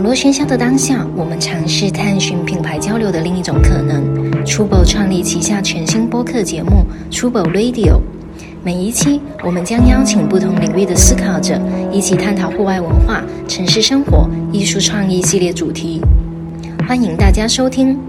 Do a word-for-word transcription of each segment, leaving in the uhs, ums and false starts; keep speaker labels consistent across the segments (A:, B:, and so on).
A: 络喧嚣的当下，我们尝试探寻品牌交流的另一种可能。Chubo 创立旗下全新播客节目 Chubo Radio， 每一期我们将邀请不同领域的思考者，一起探讨户外文化、城市生活、艺术创意系列主题。欢迎大家收听。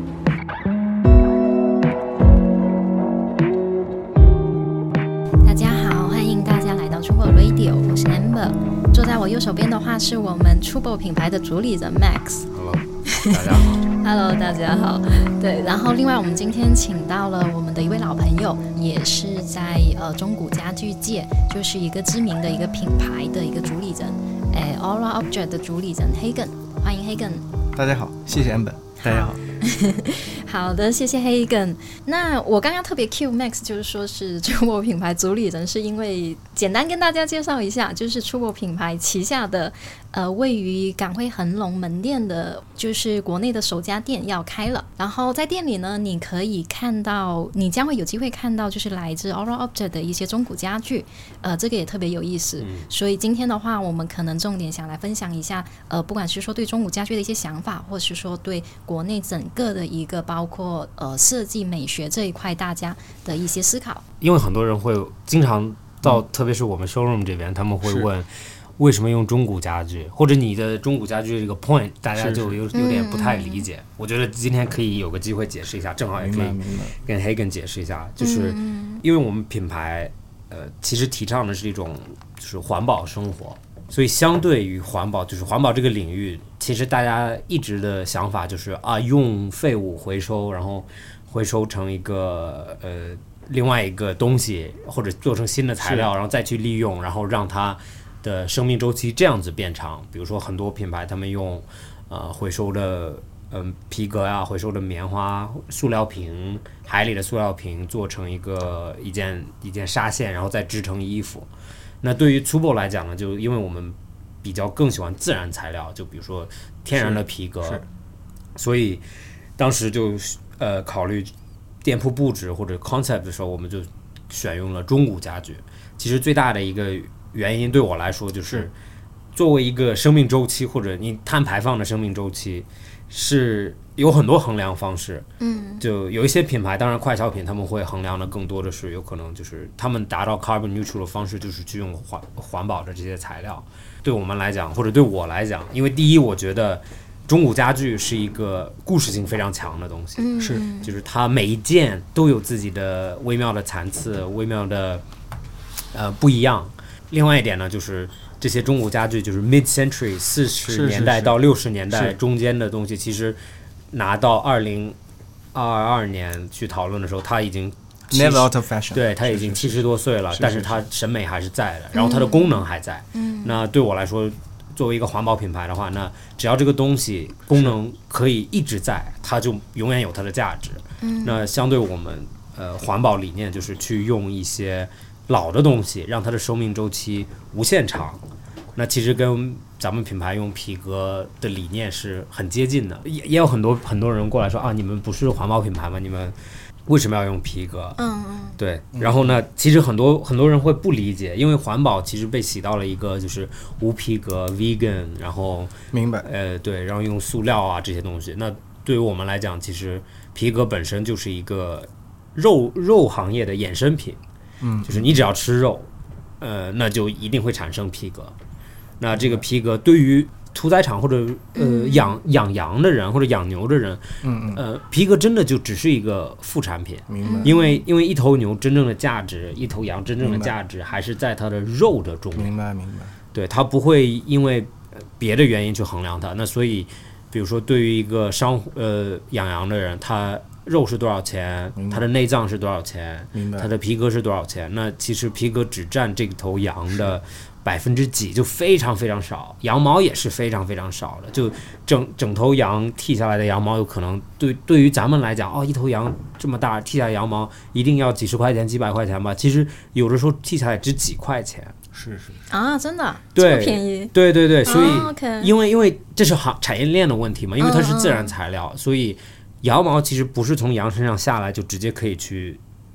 A: 大家好，欢迎大家来到 Chubo Radio， 我是 Amber。坐在我右手边的话是我们 Chubo 品牌的主理人 Max。Hello，
B: 大家好。
A: Hello， 大家好。对，然后另外我们今天请到了我们的一位老朋友，也是在呃中古家具界，就是一个知名的一个品牌的一个主理人，哎 Aura Object 的主理人 Hagen， 欢迎 Hagen。
B: 大家好，谢谢 Amber。大家好。
A: 好的，谢谢 Hagen。那我刚刚特别 Q Max， 就是说是 Chubo 品牌主理人，是因为简单跟大家介绍一下，就是 Chubo 品牌旗下的呃位于港汇恒隆门店的，就是国内的首家店要开了。然后在店里呢，你可以看到，你将会有机会看到，就是来自 Aura Object 的一些中古家具，呃，这个也特别有意思。嗯、所以今天的话，我们可能重点想来分享一下，呃，不管是说对中古家具的一些想法，或是说对国内整个的一个包括呃设计美学这一块大家的一些思考。
C: 因为很多人会经常到、嗯、特别是我们 showroom 这边，他们会问为什么用中古家具，或者你的中古家具这个 point 大家就有有点不太理解、嗯、我觉得今天可以有个机会解释一下，正好也可以跟 Hagen 解释一下，就是因为我们品牌呃其实提倡的是一种就是环保生活，所以相对于环保，就是环保这个领域，其实大家一直的想法就是啊，用废物回收，然后回收成一个呃另外一个东西，或者做成新的材料，然后再去利用，然后让它的生命周期这样子变长。比如说很多品牌他们用呃回收的嗯、呃、皮革啊，回收的棉花、塑料瓶、海里的塑料瓶做成一个一件一件纱线，然后再织成衣服。那对于 Chubo 来讲呢，就因为我们比较更喜欢自然材料，就比如说天然的皮革，所以当时就呃考虑店铺布置或者 concept 的时候，我们就选用了中古家具。其实最大的一个原因对我来说，就是作为一个生命周期或者你碳排放的生命周期，是有很多衡量方式。嗯，就有一些品牌，当然快消品他们会衡量的更多的是有可能就是他们达到 carbon neutral 的方式，就是去用环环保的这些材料。对我们来讲，或者对我来讲，因为第一，我觉得中古家具是一个故事性非常强的东西，
A: 嗯、
C: 是就是它每一件都有自己的微妙的残次，微妙的呃不一样。另外一点呢，就是这些中古家具就是 mid century 四十年代到六十年代中间的东西，其实拿到二零二二年去讨论的时候，它已经
B: never out of fashion，
C: 对，它已经七十多岁了，是是是是，但是它审美还是在的，然后它的功能还在。嗯，那对我来说，作为一个环保品牌的话，那只要这个东西功能可以一直在，它就永远有它的价值。嗯，那相对我们呃环保理念就是去用一些老的东西，让它的生命周期无限长。那其实跟咱们品牌用皮革的理念是很接近的，也也有很多很多人过来说啊，你们不是环保品牌吗？你们为什么要用皮革？嗯嗯，对。然后呢，其实很多很多人会不理解，因为环保其实被洗到了一个就是无皮革 vegan， 然后
B: 明白，
C: 呃对，然后用塑料啊这些东西。那对于我们来讲，其实皮革本身就是一个肉肉行业的衍生品。嗯，就是你只要吃肉，呃，那就一定会产生皮革。那这个皮革对于屠宰场或者呃养养羊的人或者养牛的人，嗯呃，皮革真的就只是一个副产品。明白。因为因为一头牛真正的价值，一头羊真正的价值还是在它的肉的中。
B: 明白明白。
C: 对，它不会因为别的原因去衡量它。那所以，比如说对于一个商呃养羊的人，他肉是多少钱，它的内脏是多少钱，它的皮革是多少钱，那其实皮革只占这头羊的百分之几，就非常非常少。羊毛也是非常非常少的，就整整头羊剃下来的羊毛，有可能对对于咱们来讲，哦，一头羊这么大，剃下来羊毛一定要几十块钱几百块钱吧，其实有的时候剃下来只几块钱。
B: 是是
A: 啊，真的
C: 对，
A: 这么便宜？
C: 对对对，所以、
A: 哦 okay、
C: 因为因为这是行产业链的问题嘛，因为它是自然材料，嗯嗯，所以羊毛其实不是从羊身上下来就直接可以去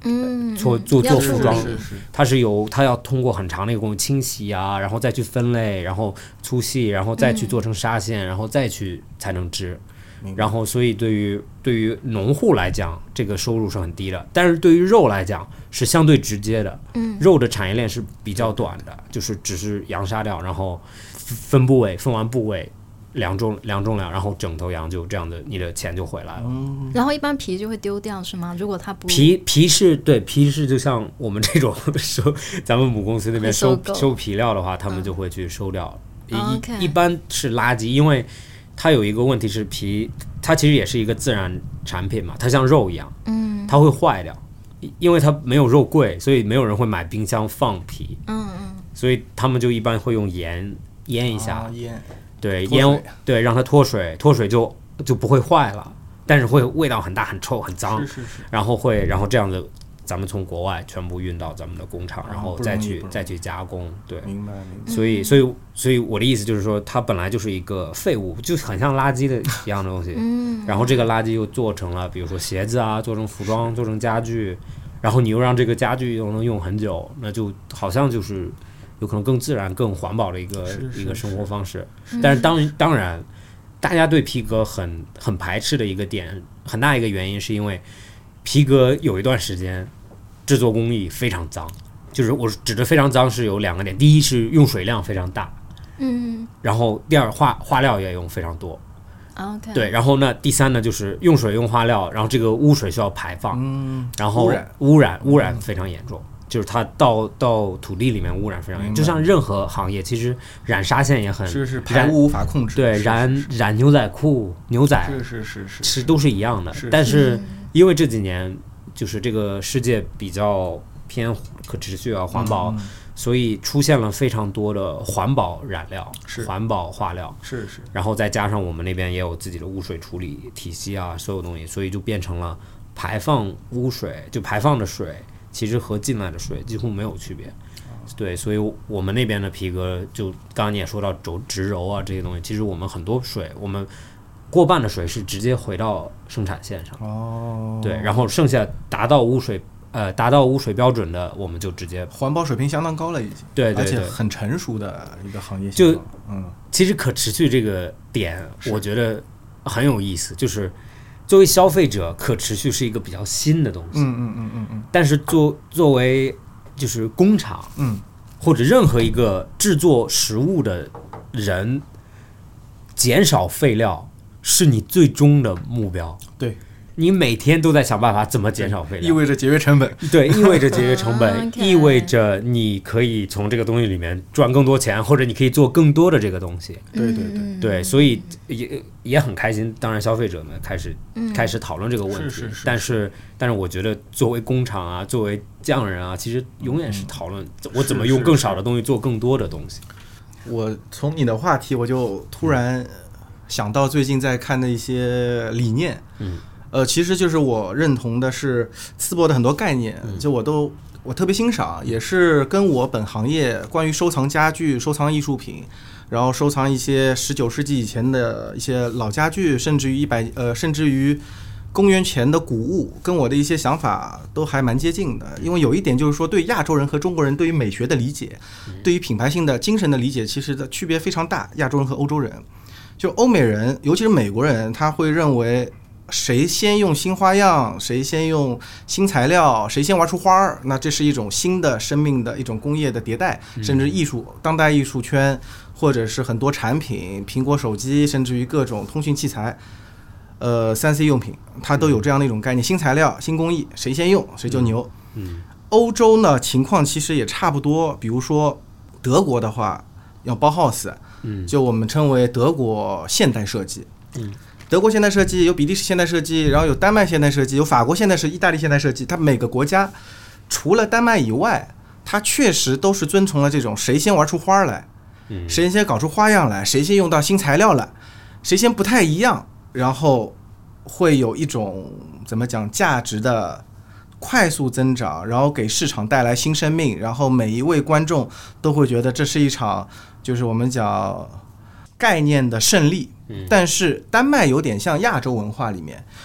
A: 嗯，
C: 做做做服装，
B: 是是是
C: 它是有它要通过很长的一个工序清洗啊，然后再去分类，然后粗细，然后再去做成纱线，嗯、然后再去才能织。然后，所以对于对于农户来讲，这个收入是很低的，但是对于肉来讲是相对直接的。嗯，肉的产业链是比较短的，就是只是羊杀掉，然后分部位，分完部位。量重量重量，然后整头羊就这样的，你的钱就回来了。
A: 嗯、然后一般皮就会丢掉是吗？如果它不
C: 皮皮是对皮是就像我们这种收咱们母公司那边收收皮料的话，他们就会去收掉。嗯、一、okay. 一般是垃圾，因为它有一个问题是皮，它其实也是一个自然产品嘛，它像肉一样，嗯，它会坏掉，因为它没有肉贵，所以没有人会买冰箱放皮，嗯嗯，所以他们就一般会用盐腌一下，
B: 哦、腌。
C: 对腌对让它脱水，脱水就就不会坏了，但是会味道很大、很臭、很脏。
B: 是是是。
C: 然后会，然后这样子，咱们从国外全部运到咱们的工厂，
B: 啊、
C: 然后再去再去加工。对，
B: 明白明白。
C: 所以所以所以我的意思就是说，它本来就是一个废物，就很像垃圾的一样的东西。嗯。然后这个垃圾又做成了，比如说鞋子啊，做成服装，做成家具，然后你又让这个家具又能用很久，那就好像就是。有可能更自然、更环保的一个
B: 是是是一
C: 个生活方式，但是当当然，大家对皮革很很排斥的一个点，很大一个原因是因为皮革有一段时间制作工艺非常脏，就是我指的非常脏是有两个点，第一是用水量非常大，嗯，然后第二化化料也用非常多。
A: Okay.
C: 对，然后呢，第三呢就是用水用化料，然后这个污水需要排放，嗯，然后
B: 污染
C: 污染污染非常严重。就是它到到土地里面污染非常严重，就像任何行业，其实染纱线也很
B: 是是排污无法控制，
C: 对，染染牛仔裤、牛仔
B: 是是是是
C: 是都是一样的。
B: 是是
C: 但是因为这几年就是这个世界比较偏可持续啊、环保，嗯、所以出现了非常多的环保染料、环保化料，
B: 是是。
C: 然后再加上我们那边也有自己的污水处理体系啊，所有东西，所以就变成了排放污水，就排放的水。其实和进来的水几乎没有区别，对，所以我们那边的皮革，就刚刚你也说到轴植鞣啊这些东西，其实我们很多水，我们过半的水是直接回到生产线上，哦，对，然后剩下达到污水呃达到污水标准的，我们就直接
B: 环保水平相当高了已经，
C: 对对对，
B: 而且很成熟的一个行业，
C: 就
B: 嗯，
C: 其实可持续这个点，我觉得很有意思，就是。作为消费者，可持续是一个比较新的东西。
B: 嗯嗯嗯嗯嗯。
C: 但是作作为就是工厂，
B: 嗯，
C: 或者任何一个制作食物的人，减少废料是你最终的目标。
B: 对。
C: 你每天都在想办法怎么减少废料，
B: 意味着节约成本。
C: 对，意味着节约成本，意味着你可以从这个东西里面赚更多钱，或者你可以做更多的这个东西。
B: 对对对
C: 对，所以也也很开心。当然，消费者们开始、嗯、开始讨论这个问题，
B: 是是是
C: 但是但是我觉得作为工厂啊，作为匠人啊，其实永远是讨论、嗯、我怎么用更少的东西做更多的东西。
B: 我从你的话题，我就突然想到最近在看的一些理念，
C: 嗯。
B: 呃，其实就是我认同的是淄博的很多概念，
C: 嗯、
B: 就我都我特别欣赏，也是跟我本行业关于收藏家具、收藏艺术品，然后收藏一些十九世纪以前的一些老家具，甚至于一百呃，甚至于公元前的古物，跟我的一些想法都还蛮接近的。因为有一点就是说，对亚洲人和中国人对于美学的理解，
C: 嗯、
B: 对于品牌性的精神的理解，其实的区别非常大。亚洲人和欧洲人，就欧美人，尤其是美国人，他会认为。谁先用新花样，谁先用新材料，谁先玩出花儿，那这是一种新的生命的一种工业的迭代，甚至艺术、当代艺术圈，或者是很多产品，苹果手机，甚至于各种通讯器材，呃，三 C 用品，它都有这样的一种概念：新材料、新工艺，谁先用谁就牛。
C: 嗯，
B: 欧洲呢情况其实也差不多，比如说德国的话，要Bauhaus，
C: 嗯，
B: 就我们称为德国现代设计，
C: 嗯。
B: 德国现代设计有比利时现代设计，然后有丹麦现代设计，有法国现代设计，意大利现代设计。它每个国家除了丹麦以外，它确实都是遵从了这种谁先玩出花来，
C: 嗯，
B: 谁先搞出花样来，谁先用到新材料来，谁先不太一样，然后会有一种怎么讲价值的快速增长，然后给市场带来新生命，然后每一位观众都会觉得这是一场就是我们讲概念的胜利。但是丹麦有点像亚洲文化里面，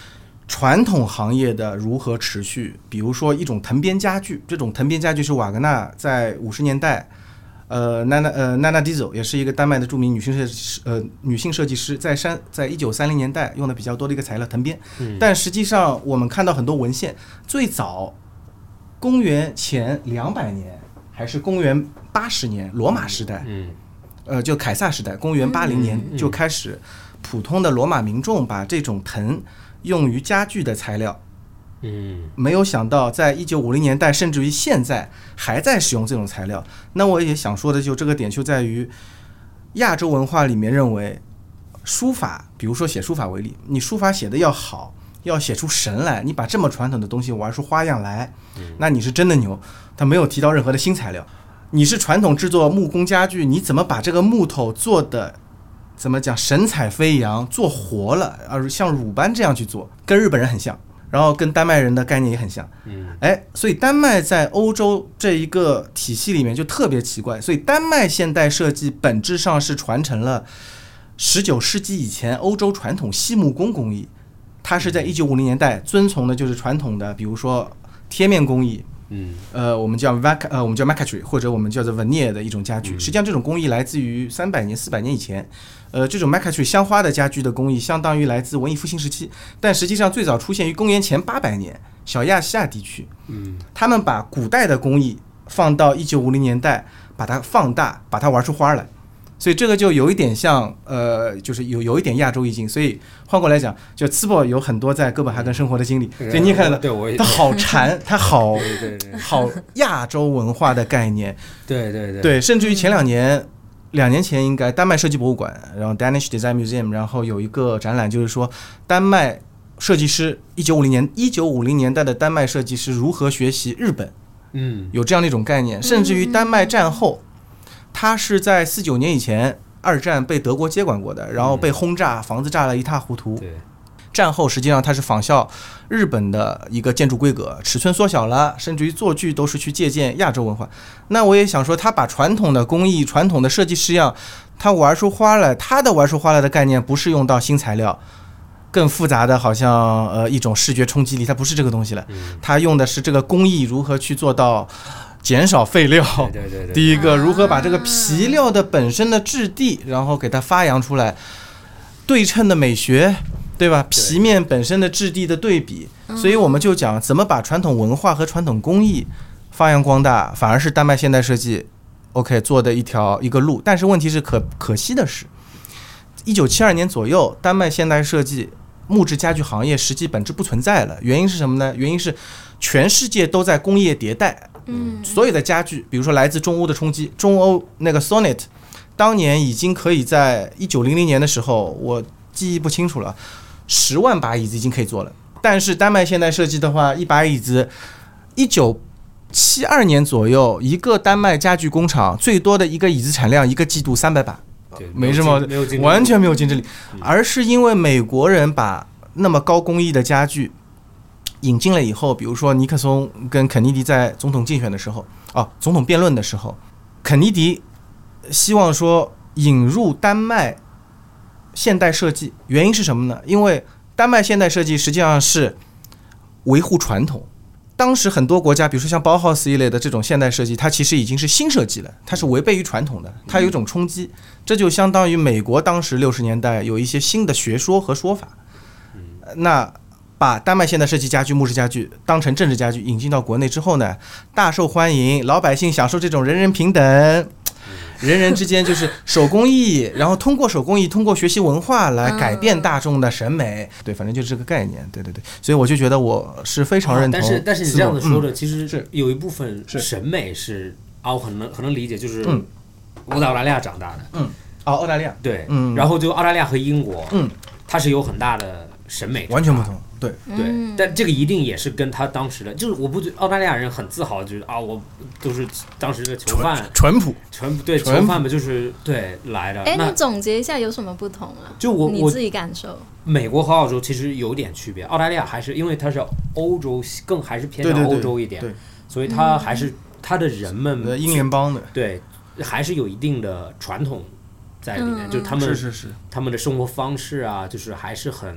B: 传统行业的如何持续，比如说一种藤编家具，这种藤编家具是瓦格纳在五十年代，呃，娜娜呃娜娜迪走也是一个丹麦的著名女性设计师，呃女性设计师，在山在一九三零年代用的比较多的一个材料藤编，嗯、但实际上我们看到很多文献，最早公元前两百年还是公元八十年罗马时代，嗯，呃就凯撒时代，公元八零年就开始，普通的罗马民众把这种藤用于家具的材料，嗯，没有想到在一九五零年代甚至于现在还在使用这种材料。那我也想说的就这个点就在于亚洲文化里面认为书法，比如说写书法为例，你书法写的要好，要写出神来，你把这么传统的东西玩出花样来，那你是真的牛。他没有提到任何的新材料。你是传统制作木工家具，你怎么把这个木头做的怎么讲神采飞扬，做活了，而像鲁班这样去做，跟日本人很像，然后跟丹麦人的概念也很像。嗯，哎，所以丹麦在欧洲这一个体系里面就特别奇怪。所以丹麦现代设计本质上是传承了十九世纪以前欧洲传统细木工工艺，它是在一九五零年代遵从的就是传统的，比如说贴面工艺。嗯，呃，我们叫 vac 呃，我们叫 macatry 或者我们叫做 veneer 的一种家具，实际上这种工艺来自于三百年、四百年以前。呃，这种 macatry 香花的家具的工艺，相当于来自文艺复兴时期，但实际上最早出现于公元前八百年，小亚细亚地区。嗯，他们把古代的工艺放到一九五零年代，把它放大，把它玩出花来。所以这个就有一点像，呃，就是有有一点亚洲意境。所以换过来讲，就茨博有很多在哥本哈根生活的经历，所以你看到他好禅，他好好亚洲文化的概念。
C: 对对对
B: 对，甚至于前两年，两年前应该丹麦设计博物馆，然后 Danish Design Museum， 然后有一个展览，就是说丹麦设计师一九五零年一九五零年代的丹麦设计师如何学习日本，嗯，有这样的一种概念，甚至于丹麦战后。他是在四九年以前二战被德国接管过的，然后被轰炸，房子炸了一塌糊涂。对，战后实际上他是仿效日本的一个建筑规格，尺寸缩小了，甚至于做具都是去借鉴亚洲文化。那我也想说，他把传统的工艺、传统的设计式样，他玩出花来。他的玩出花来的概念不是用到新材料，更复杂的好像呃一种视觉冲击力，它不是这个东西了。他用的是这个工艺如何去做到减少废料，
C: 对对对，
B: 第一个如何把这个皮料的本身的质地，然后给它发扬出来，对称的美学，对吧？皮面本身的质地的对比，所以我们就讲怎么把传统文化和传统工艺发扬光大，反而是丹麦现代设计 OK 做的一条一个路。但是问题是可可惜的是，一九七二年左右，丹麦现代设计木质家具行业实际本质不存在了。原因是什么呢？原因是全世界都在工业迭代。嗯，所有的家具，比如说来自中欧的冲击，中欧那个 Sonnet， 当年已经可以在一九零零年的时候，我记忆不清楚了，十万把椅子已经可以做了。但是丹麦现代设计的话，一把椅子，一九七二年左右，一个丹麦家具工厂最多的一个椅子产量，一个季度三百把，没什么，完全没有竞争力，而是因为美国人把那么高工艺的家具引进了以后，比如说尼克松跟肯尼迪在总统竞选的时候，哦，总统辩论的时候，肯尼迪希望说引入丹麦现代设计，原因是什么呢？因为丹麦现代设计实际上是维护传统。当时很多国家，比如说像包豪斯一类的这种现代设计，它其实已经是新设计了，它是违背于传统的，它有一种冲击。这就相当于美国当时六十年代有一些新的学说和说法。那把丹麦现代设计家具、木质家具当成政治家具引进到国内之后呢，大受欢迎，老百姓享受这种人人平等，人人之间就是手工艺，然后通过手工艺，通过学习文化来改变大众的审美。对，反正就是这个概念。对对对，所以我就觉得我是非常认同。
C: 但是但是你这样子说的，其实是有一部分审美是啊，我很能很能理解，就是我在澳大利亚长大的，嗯，
B: 哦，澳大利亚，
C: 对，嗯，然后就澳大利亚和英国，嗯，它是有很大的审美
B: 完全不同。对
C: 对、嗯，但这个一定也是跟他当时的，就是我不觉得澳大利亚人很自豪，就是啊，我都是当时的囚犯，
B: 淳朴，
C: 淳朴，对，囚犯们就是对来的。
A: 哎，你总结一下有什么不同啊？
C: 就我
A: 你自己感受。
C: 美国和澳洲其实有点区别，澳大利亚还是因为它是欧洲，更还是偏向欧洲一点，
B: 对对对对，
C: 所以它还是它的人们
B: 英联邦的，
C: 对，还是有一定的传统在里面，
A: 嗯、
C: 就是他们
B: 是是是
C: 他们的生活方式啊，就是还是很。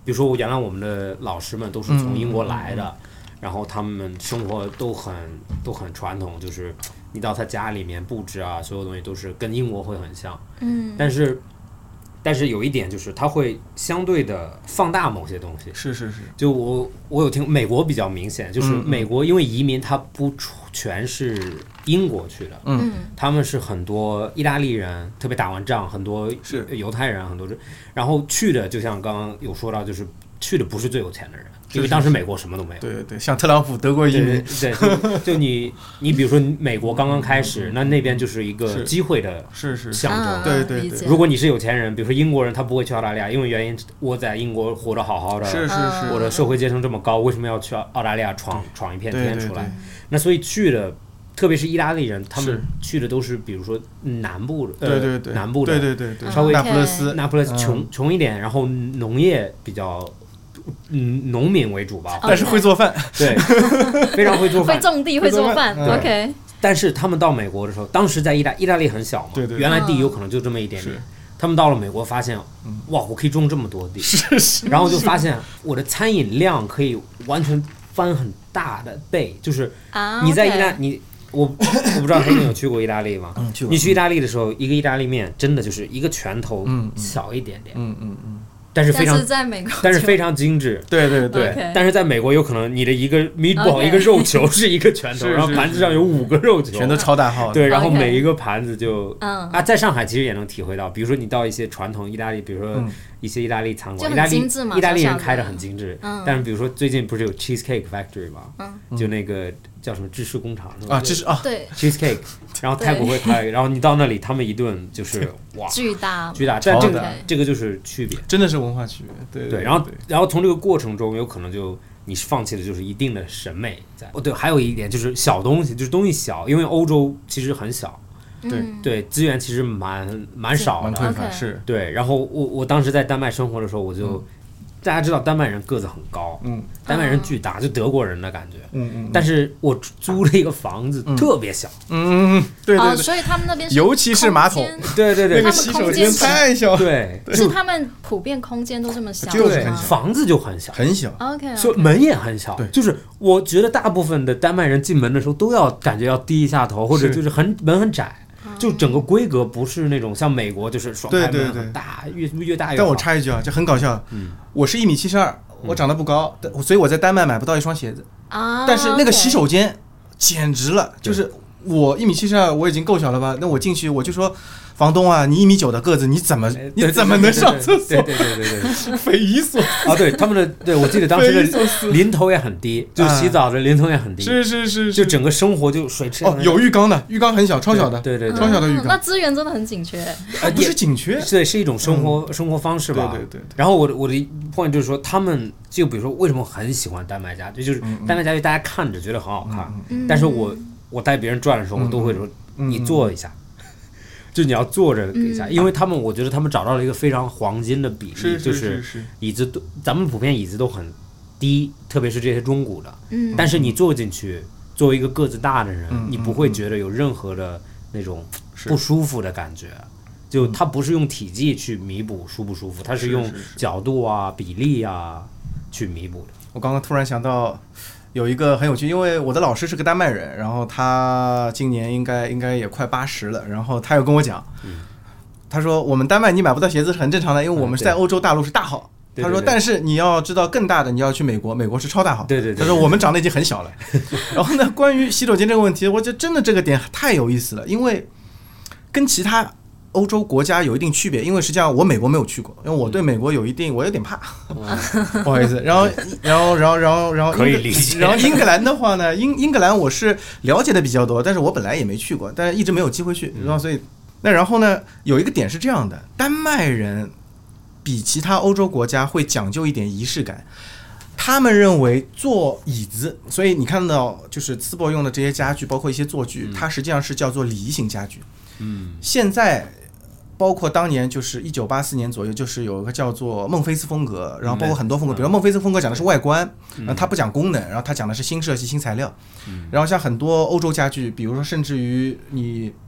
C: 比如说原来我们的老师们都是从英国来的，嗯、然后他们生活都很都很传统，就是你到他家里面布置啊，所有东西都是跟英国会很像。嗯，但是但是有一点就是他会相对的放大某些东西。
B: 是是是。
C: 就我我有听美国比较明显，就是美国因为移民他不全是英国去的，嗯，他们是很多意大利人，特别打完仗很多犹太人，很多，然后去的就像刚刚有说到，就是去的不是最有钱的人，因为当时美国什么都没有。
B: 对对，像特朗普德国移民，
C: 对，对就, 就你你比如说美国刚刚开始，那那边就是一个机会的象征。
B: 对对对，
C: 如果你是有钱人，比如说英国人，他不会去澳大利亚，因为原因我在英国活得好好的，
B: 是是是，
C: 我的社会阶层这么高，为什么要去澳大利亚闯闯一片天出来？
B: 对对对，
C: 那所以去的。特别是意大利人，他们去的都是比如说南部的，
B: 对对对，
C: 南部的，
B: 对对对，
C: 稍微
B: 那不勒斯，
C: 那不勒斯穷穷一点，然后农业比较，嗯，农民为主吧，
B: 但是会做饭，
C: 对，非常会做饭，
A: 会种地，会做饭 ，OK。
C: 但是他们到美国的时候，当时在意大意大利很小嘛，
B: 对对，
C: 原来地有可能就这么一点点。他们到了美国，发现哇，我可以种这么多地，
B: 是是，
C: 然后就发现我的餐饮量可以完全翻很大的倍，就是你在意大你。我我不知道黑人有去过意大利吗？
B: 嗯，去过。
C: 你去意大利的时候，一个意大利面真的就是一个拳头小一点点，
B: 嗯嗯嗯，
C: 但是非常，
A: 但是在美国，
C: 但是非常精致。
B: 对对对。
A: Okay.
C: 但是在美国，有可能你的一个 meatball、okay. 一个肉球是一个拳头，然后盘子上有五个肉球，
B: 全都超大号。
C: 对，然后每一个盘子就，嗯啊，在上海其实也能体会到，比如说你到一些传统意大利，比如说一些意大利餐馆，意大利意大利人开的很精致，嗯，但是比如说最近不是有 cheesecake factory 吗？嗯，就那个。叫什么芝士工厂是吧？
B: 啊，芝士啊，
A: 对
C: ，cheesecake， 然后泰国会开，然后你到那里，他们一顿就是哇，
A: 巨大
C: 巨大，但这个这个就是区别，
B: 真的是文化区别，对
C: 对。然后然后从这个过程中，有可能就你放弃的就是一定的审美在。哦，对，还有一点就是小东西，就是东西小，因为欧洲其实很小，
B: 对
C: 对，资源其实蛮蛮少的，
B: 蛮匮乏，是。
C: 对，然后我我当时在丹麦生活的时候，我就。大家知道丹麦人个子很高，嗯，丹麦人巨大，就德国人的感觉，嗯嗯。但是我租了一个房子，特别小，
B: 嗯嗯，对对对。
A: 所以他们那边
B: 尤其是马桶，
C: 对对对，
B: 那个洗手间太小，
C: 对，
A: 是他们普遍空间都这么小，
B: 就是很小，
C: 房子就很小，
B: 很小
A: ，OK，
C: 所以门也很小，就是我觉得大部分的丹麦人进门的时候都要感觉要低一下头，或者就是很门很窄。就整个规格不是那种像美国就是双开门很大，越越大越好。
B: 但我插一句啊，就很搞笑，嗯，我是一米七十二，我长得不高，所以我在丹麦买不到一双鞋子啊。但是那个洗手间简直了，就是我一米七十二，我已经够小了吧？那我进去我就说。房东啊，你一米九的个子，你怎么你怎么能上厕所？
C: 对对对对对，
B: 匪夷所思
C: 啊！对他们的，对我记得当时的淋头也很低，就洗澡的淋头也很低，
B: 是是是，
C: 就整个生活就水池
B: 哦，有浴缸的，浴缸很小，超小的，
C: 对对，
B: 超小的浴缸，
A: 那资源真的很紧缺，
B: 呃，不是紧缺，
C: 对，是一种生活生活方式吧，
B: 对对对。
C: 然后我的我的 point 就是说，他们就比如说为什么很喜欢丹麦家具，就是丹麦家具大家看着觉得很好看，但是我我带别人转的时候，我都会说你坐一下。就你要坐着给一下，因为他们我觉得他们找到了一个非常黄金的比例，就是椅子都咱们普遍椅子都很低，特别是这些中古的，嗯，但是你坐进去，作为一个个子大的人，你不会觉得有任何的那种不舒服的感觉，就它不是用体积去弥补舒不舒服，它是用角度啊、比例啊去弥补的。
B: 我刚刚突然想到。有一个很有趣，因为我的老师是个丹麦人，然后他今年应该应该也快八十了，然后他又跟我讲，嗯、他说我们丹麦你买不到鞋子是很正常的，因为我们是在欧洲大陆是大号。嗯、他说，但是你要知道更大的，你要去美国，美国是超大号。
C: 对对对。
B: 他说我们长得已经很小了。然后呢，关于洗手间这个问题，我觉得真的这个点太有意思了，因为跟其他。欧洲国家有一定区别，因为实际上我美国没有去过，因为我对美国有一定我有点怕，不好意思。然后，然后，然后，然后，然后，
C: 可以理解。
B: 然后英格兰的话呢，英英格兰我是了解的比较多，但是我本来也没去过，但是一直没有机会去。然后所以，那然后呢，有一个点是这样的，丹麦人比其他欧洲国家会讲究一点仪式感。他们认为坐椅子，所以你看到就是淄博用的这些家具，包括一些座具，它实际上是叫做礼仪型家具。嗯，现在。包括当年就是一九八四年左右，就是有一个叫做孟菲斯风格，然后包括很多风格，比如孟菲斯风格讲的是外观，然后它不讲功能，然后它讲的是新设计、新材料。然后像很多欧洲家具，比如说甚至于你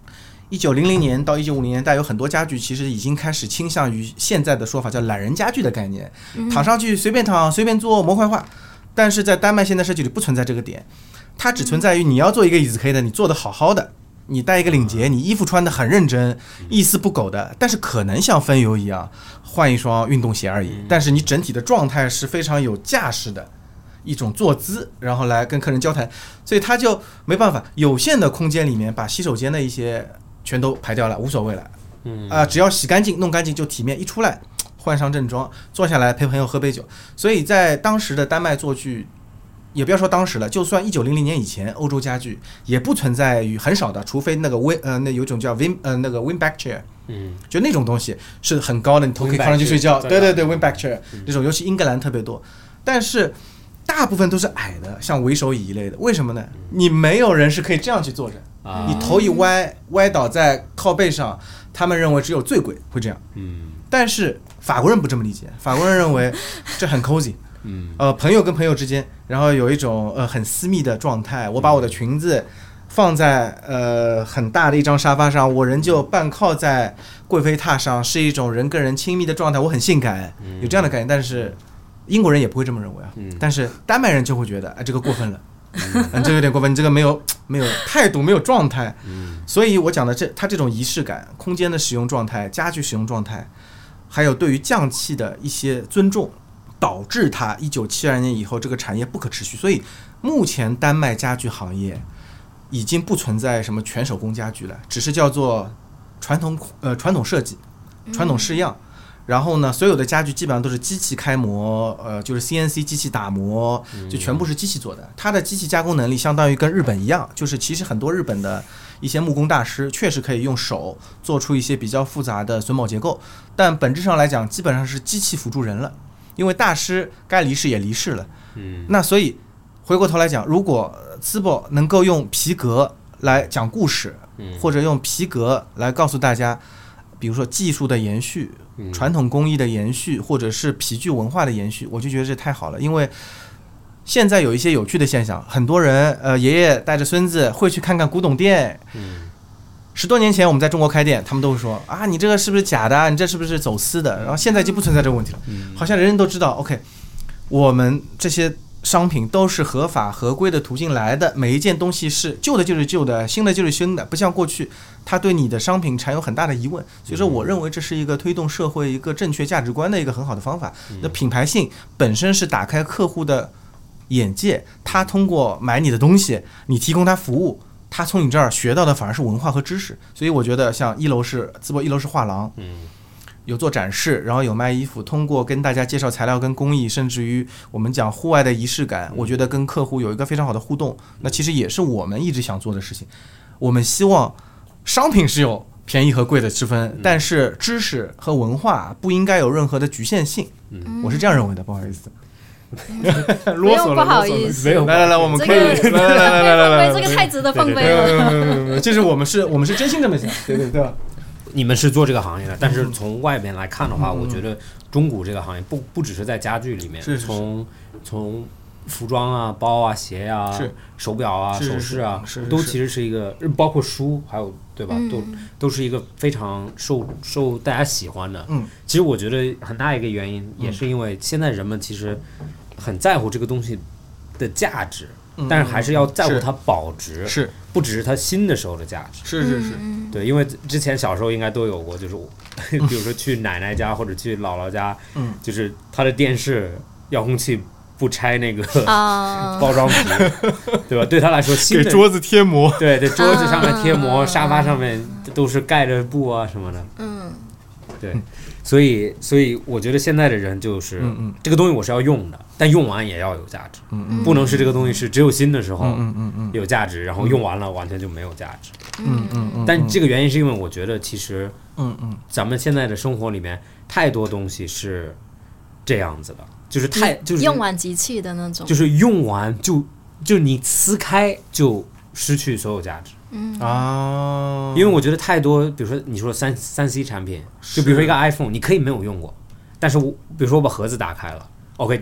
B: 一九零零年到一九五零年代，有很多家具其实已经开始倾向于现在的说法叫懒人家具的概念，躺上去随便躺随便坐模块化。但是在丹麦现代设计里不存在这个点，它只存在于你要做一个椅子可以的，你做的好好的，你带一个领结，你衣服穿的很认真，一丝不苟的，但是可能像分油一样换一双运动鞋而已，但是你整体的状态是非常有架势的一种坐姿，然后来跟客人交谈，所以他就没办法有限的空间里面把洗手间的一些全都排掉了，无所谓了，嗯啊、呃，只要洗干净弄干净就体面，一出来换上正装坐下来陪朋友喝杯酒。所以在当时的丹麦做剧，也不要说当时了，就算一九零零年以前，欧洲家具也不存在于很少的，除非那个 win 呃那有一种叫 win 呃那个 win back chair， 嗯，就那种东西是很高的，你头可以靠上去睡觉，对对对 win back chair、嗯、这种尤其英格兰特别多，但是大部分都是矮的，像为首椅一类的。为什么呢？你没有人是可以这样去坐着，啊、你头一歪歪倒在靠背上，他们认为只有醉鬼会这样。嗯，但是法国人不这么理解，法国人认为这很 cozy。嗯，呃，朋友跟朋友之间，然后有一种呃很私密的状态。我把我的裙子放在呃很大的一张沙发上，我人就半靠在贵妃榻上，是一种人跟人亲密的状态，我很性感，有这样的概念。但是英国人也不会这么认为啊，嗯、但是丹麦人就会觉得，哎，这个过分了，嗯，这个有点过分，你这个没有没有态度，没有状态。嗯，所以我讲的这，它这种仪式感、空间的使用状态、家具使用状态，还有对于匠气的一些尊重，导致它一九七二年以后这个产业不可持续。所以目前丹麦家具行业已经不存在什么全手工家具了，只是叫做传统呃传统设计、传统式样。然后呢，所有的家具基本上都是机器开模，呃，就是 C N C 机器打磨，就全部是机器做的。它的机器加工能力相当于跟日本一样，就是其实很多日本的一些木工大师确实可以用手做出一些比较复杂的榫卯结构，但本质上来讲，基本上是机器辅助人了，因为大师该离世也离世了。嗯，那所以回过头来讲，如果淄博能够用皮革来讲故事，或者用皮革来告诉大家，比如说技术的延续、传统工艺的延续，或者是皮具文化的延续，我就觉得这太好了。因为现在有一些有趣的现象，很多人呃爷爷带着孙子会去看看古董店。嗯，十多年前我们在中国开店，他们都会说啊，你这个是不是假的？你这是不是走私的？然后现在就不存在这个问题了，好像人人都知道 ，OK， 我们这些商品都是合法合规的途径来的，每一件东西是旧的就是旧的，新的就是新的，不像过去他对你的商品产有很大的疑问。所以说我认为这是一个推动社会一个正确价值观的一个很好的方法。那品牌性本身是打开客户的眼界，他通过买你的东西，你提供他服务，他从你这儿学到的反而是文化和知识。所以我觉得像一楼是淄博一楼是画廊，有做展示，然后有卖衣服，通过跟大家介绍材料跟工艺，甚至于我们讲户外的仪式感，我觉得跟客户有一个非常好的互动，那其实也是我们一直想做的事情。我们希望商品是有便宜和贵的之分，但是知识和文化不应该有任何的局限性，我是这样认为的。不好意思，
A: 啰嗦了，不好意思，
B: 没有，来来来，我们可以，
A: 这个来来来来来，这个太值得奉陪了。
B: 这是我们是我们是真心这么想，对对对吧？
C: 你们是做这个行业的，但是从外边来看的话，嗯、我觉得中古这个行业不不只是在家具里面，
B: 是是是
C: 从从服装啊、包啊、鞋啊、手表啊、
B: 是是是
C: 首饰啊，
B: 是是是
C: 都其实是一个，包括书，还有对吧？嗯、都都是一个非常受受大家喜欢的。嗯，其实我觉得很大一个原因也是因为现在人们其实很在乎这个东西的价值。但是还是要在乎它保值，
B: 是
C: 不只是它新的时候的价值，
B: 是是是，
C: 对，因为之前小时候应该都有过，就是比如说去奶奶家或者去姥姥家，嗯，就是他的电视遥控器不拆那个包装皮，对吧？对他来说，新的
B: 给桌子贴膜，
C: 对对，桌子上面贴膜，沙发上面都是盖着布啊什么的，嗯，对。所以，所以我觉得现在的人就是，嗯嗯这个东西我是要用的，但用完也要有价值，嗯嗯不能是这个东西是只有新的时候有价值，嗯嗯嗯然后用完了完全就没有价值。嗯嗯嗯但这个原因是因为我觉得其实，嗯嗯，咱们现在的生活里面太多东西是这样子的，就是太就是
A: 用完即弃的那种，
C: 就是用完就就你撕开就失去所有价值。嗯啊，因为我觉得太多，比如说你说三三 C 产品，就比如说一个 iPhone， 你可以没有用过，但是我比如说我把盒子打开了 ，OK，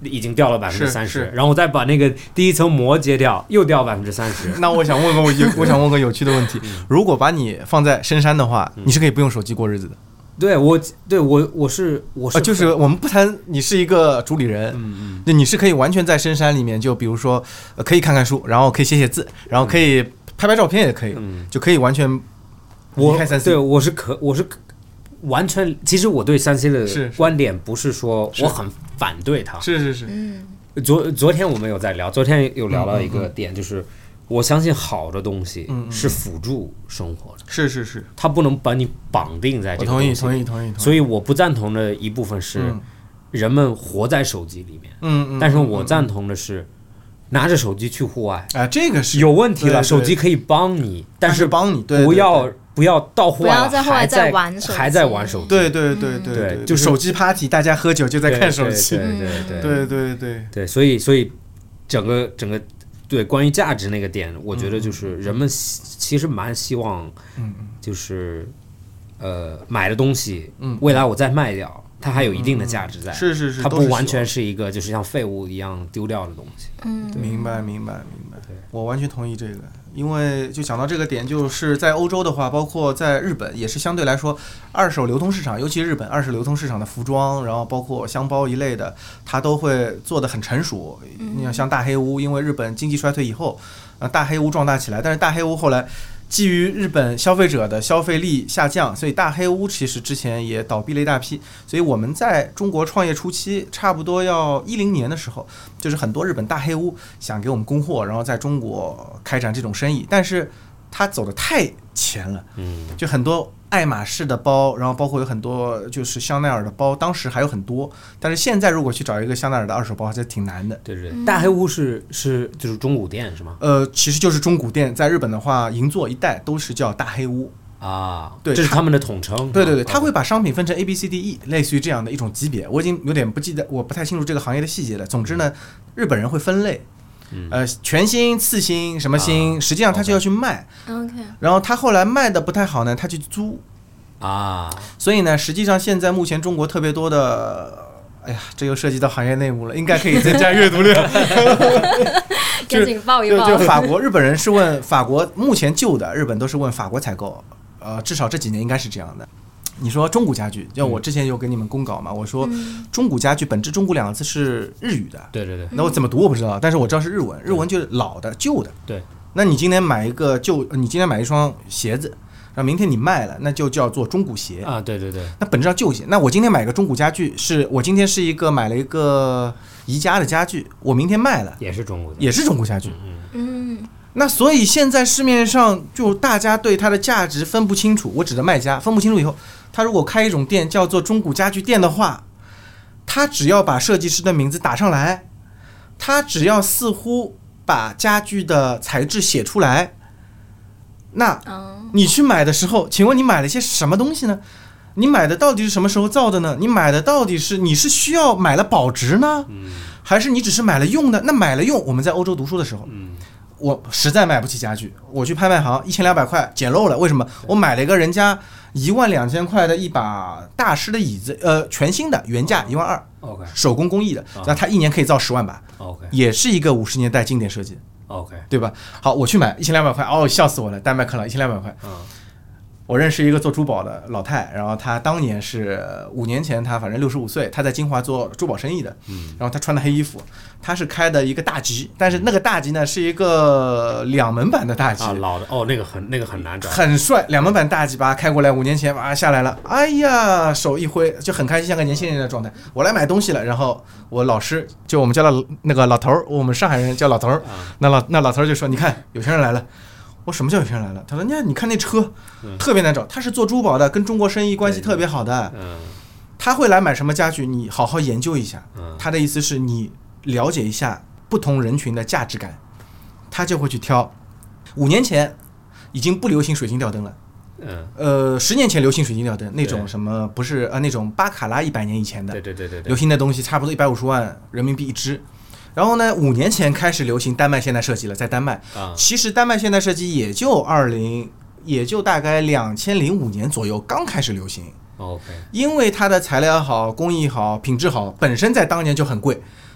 C: 已经掉了百分之三
B: 是是
C: 十，然后再把那个第一层膜揭掉，又掉百分之三十。
B: 那我想问个我我想问个有趣的问题，如果把你放在深山的话，你是可以不用手机过日子的。
C: 对我，对我我是我是、
B: 呃、就是我们不谈你是一个主理人，嗯嗯，你是可以完全在深山里面，就比如说、呃、可以看看书，然后可以写写字，然后可以拍拍照片也可以，嗯、就可以完全离开三 C。
C: 对，我是可我是完全，其实我对三 C 的观点不是说我很反对它，
B: 是是是。
A: 嗯，
C: 昨昨天我们有在聊，昨天有聊到一个点，就是。嗯嗯我相信好的东西是辅助生活的，
B: 是是是，
C: 它不能把你绑定在这个东西。
B: 我同意同意同意同意。
C: 所以我不赞同的一部分是人们活在手机里面，
B: 嗯嗯。
C: 但是我赞同的是拿着手机去户外，
B: 啊，这个是
C: 有问题了，手机可以帮你，但是
B: 帮你
C: 不要不要到户外
A: 还
C: 在
A: 玩手机，
C: 还在玩手机。
B: 对对对对对，就手机 party， 大家喝酒就在看手机。
C: 对对
B: 对对对
C: 对，所以所以整个整个。对，关于价值那个点，我觉得就是人们其实蛮希望，就是呃买的东西，未来我再卖掉，它还有一定的价值在，
B: 是是是，
C: 它不完全是一个就是像废物一样丢掉的东西。
A: 嗯，
B: 明白明白明白，我完全同意这个。因为就讲到这个点，就是在欧洲的话，包括在日本，也是相对来说二手流通市场，尤其日本二手流通市场的服装，然后包括箱包一类的，它都会做得很成熟。你想像大黑屋，因为日本经济衰退以后，呃，大黑屋壮大起来，但是大黑屋后来基于日本消费者的消费力下降，所以大黑屋其实之前也倒闭了一大批。所以我们在中国创业初期，差不多要一零年的时候，就是很多日本大黑屋想给我们供货，然后在中国开展这种生意，但是他走得太前了，
C: 嗯，
B: 就很多爱马仕的包，然后包括有很多就是香奈儿的包，当时还有很多，但是现在如果去找一个香奈儿的二手包，还是挺难的。
C: 对对对，大黑屋是是就是中古店是吗？
B: 呃，其实就是中古店，在日本的话，银座一带都是叫大黑屋
C: 啊，
B: 对，
C: 这是他们的统称。
B: 对对对，他会把商品分成 A B C D E， 类似于这样的一种级别。我已经有点不记得，我不太清楚这个行业的细节了。总之呢，日本人会分类。呃，全新、次新、什么新，实际上他就要去卖。
A: OK。
B: 然后他后来卖的不太好呢，他去租。
C: 啊。
B: 所以呢，实际上现在目前中国特别多的，哎呀，这又涉及到行业内幕了，应该可以增加阅读量。
A: 赶紧报一报。
B: 就就法国、日本人是问法国，目前旧的日本都是问法国采购，呃，至少这几年应该是这样的。你说中古家具，就我之前有给你们公稿嘛，我说中古家具本质“中古”两个字是日语的，
C: 对对对。
B: 那我怎么读我不知道，但是我知道是日文，日文就是老的、旧的。
C: 对。
B: 那你今天买一个旧，你今天买一双鞋子，然后明天你卖了，那就叫做中古鞋
C: 啊。对对对。
B: 那本质上旧鞋。那我今天买个中古家具，是我今天是一个买了一个宜家的家具，我明天卖了，
C: 也是中古，
B: 也是中古家具。
A: 嗯。
B: 那所以现在市面上就大家对它的价值分不清楚，我指的卖家分不清楚以后，他如果开一种店叫做中古家具店的话，他只要把设计师的名字打上来，他只要似乎把家具的材质写出来，那你去买的时候，请问你买了些什么东西呢？你买的到底是什么时候造的呢？你买的到底是你是需要买了保值呢，还是你只是买了用的？那买了用，我们在欧洲读书的时候，我实在买不起家具，我去拍卖行一千两百块捡漏了，为什么？我买了一个人家一万两千块的一把大师的椅子，呃，全新的，原价一万二，手工工艺的，那他一年可以造十万把，
C: OK，
B: 也是一个五十年代经典设计
C: ，OK，
B: 对吧？好，我去买一千两百块，哦，笑死我了，丹麦克朗一千两百块，嗯。我认识一个做珠宝的老太，然后她当年是五年前，她反正六十五岁，她在金华做珠宝生意的，然后她穿的黑衣服，她是开的一个大吉，但是那个大吉呢是一个两门版的大吉，
C: 啊，老的哦，那个很那个很难找，
B: 很帅，两门版大吉把它开过来，五年前哇下来了，哎呀，手一挥就很开心，像个年轻人的状态，我来买东西了，然后我老师就我们叫了那个老头，我们上海人叫老头，那老那老头就说，你看有钱人来了。我什么叫有钱人来了？他说：“你看，你看那车，特别难找。他是做珠宝的，跟中国生意关系特别好的。他会来买什么家具？你好好研究一下。他的意思是你了解一下不同人群的价值感，他就会去挑。五年前已经不流行水晶吊灯了。呃，十年前流行水晶吊灯，那种什么不是呃那种巴卡拉一百年以前的，
C: 对对对对，
B: 流行的东西差不多一百五十万人民币一只。”然后呢，五年前开始流行丹麦现代设计了，在丹麦，啊、其实丹麦现代设计也就二零，也就大概两千零五年左右刚开始流行。
C: OK，
B: 因为它的材料好、工艺好、品质好，本身在当年就很贵，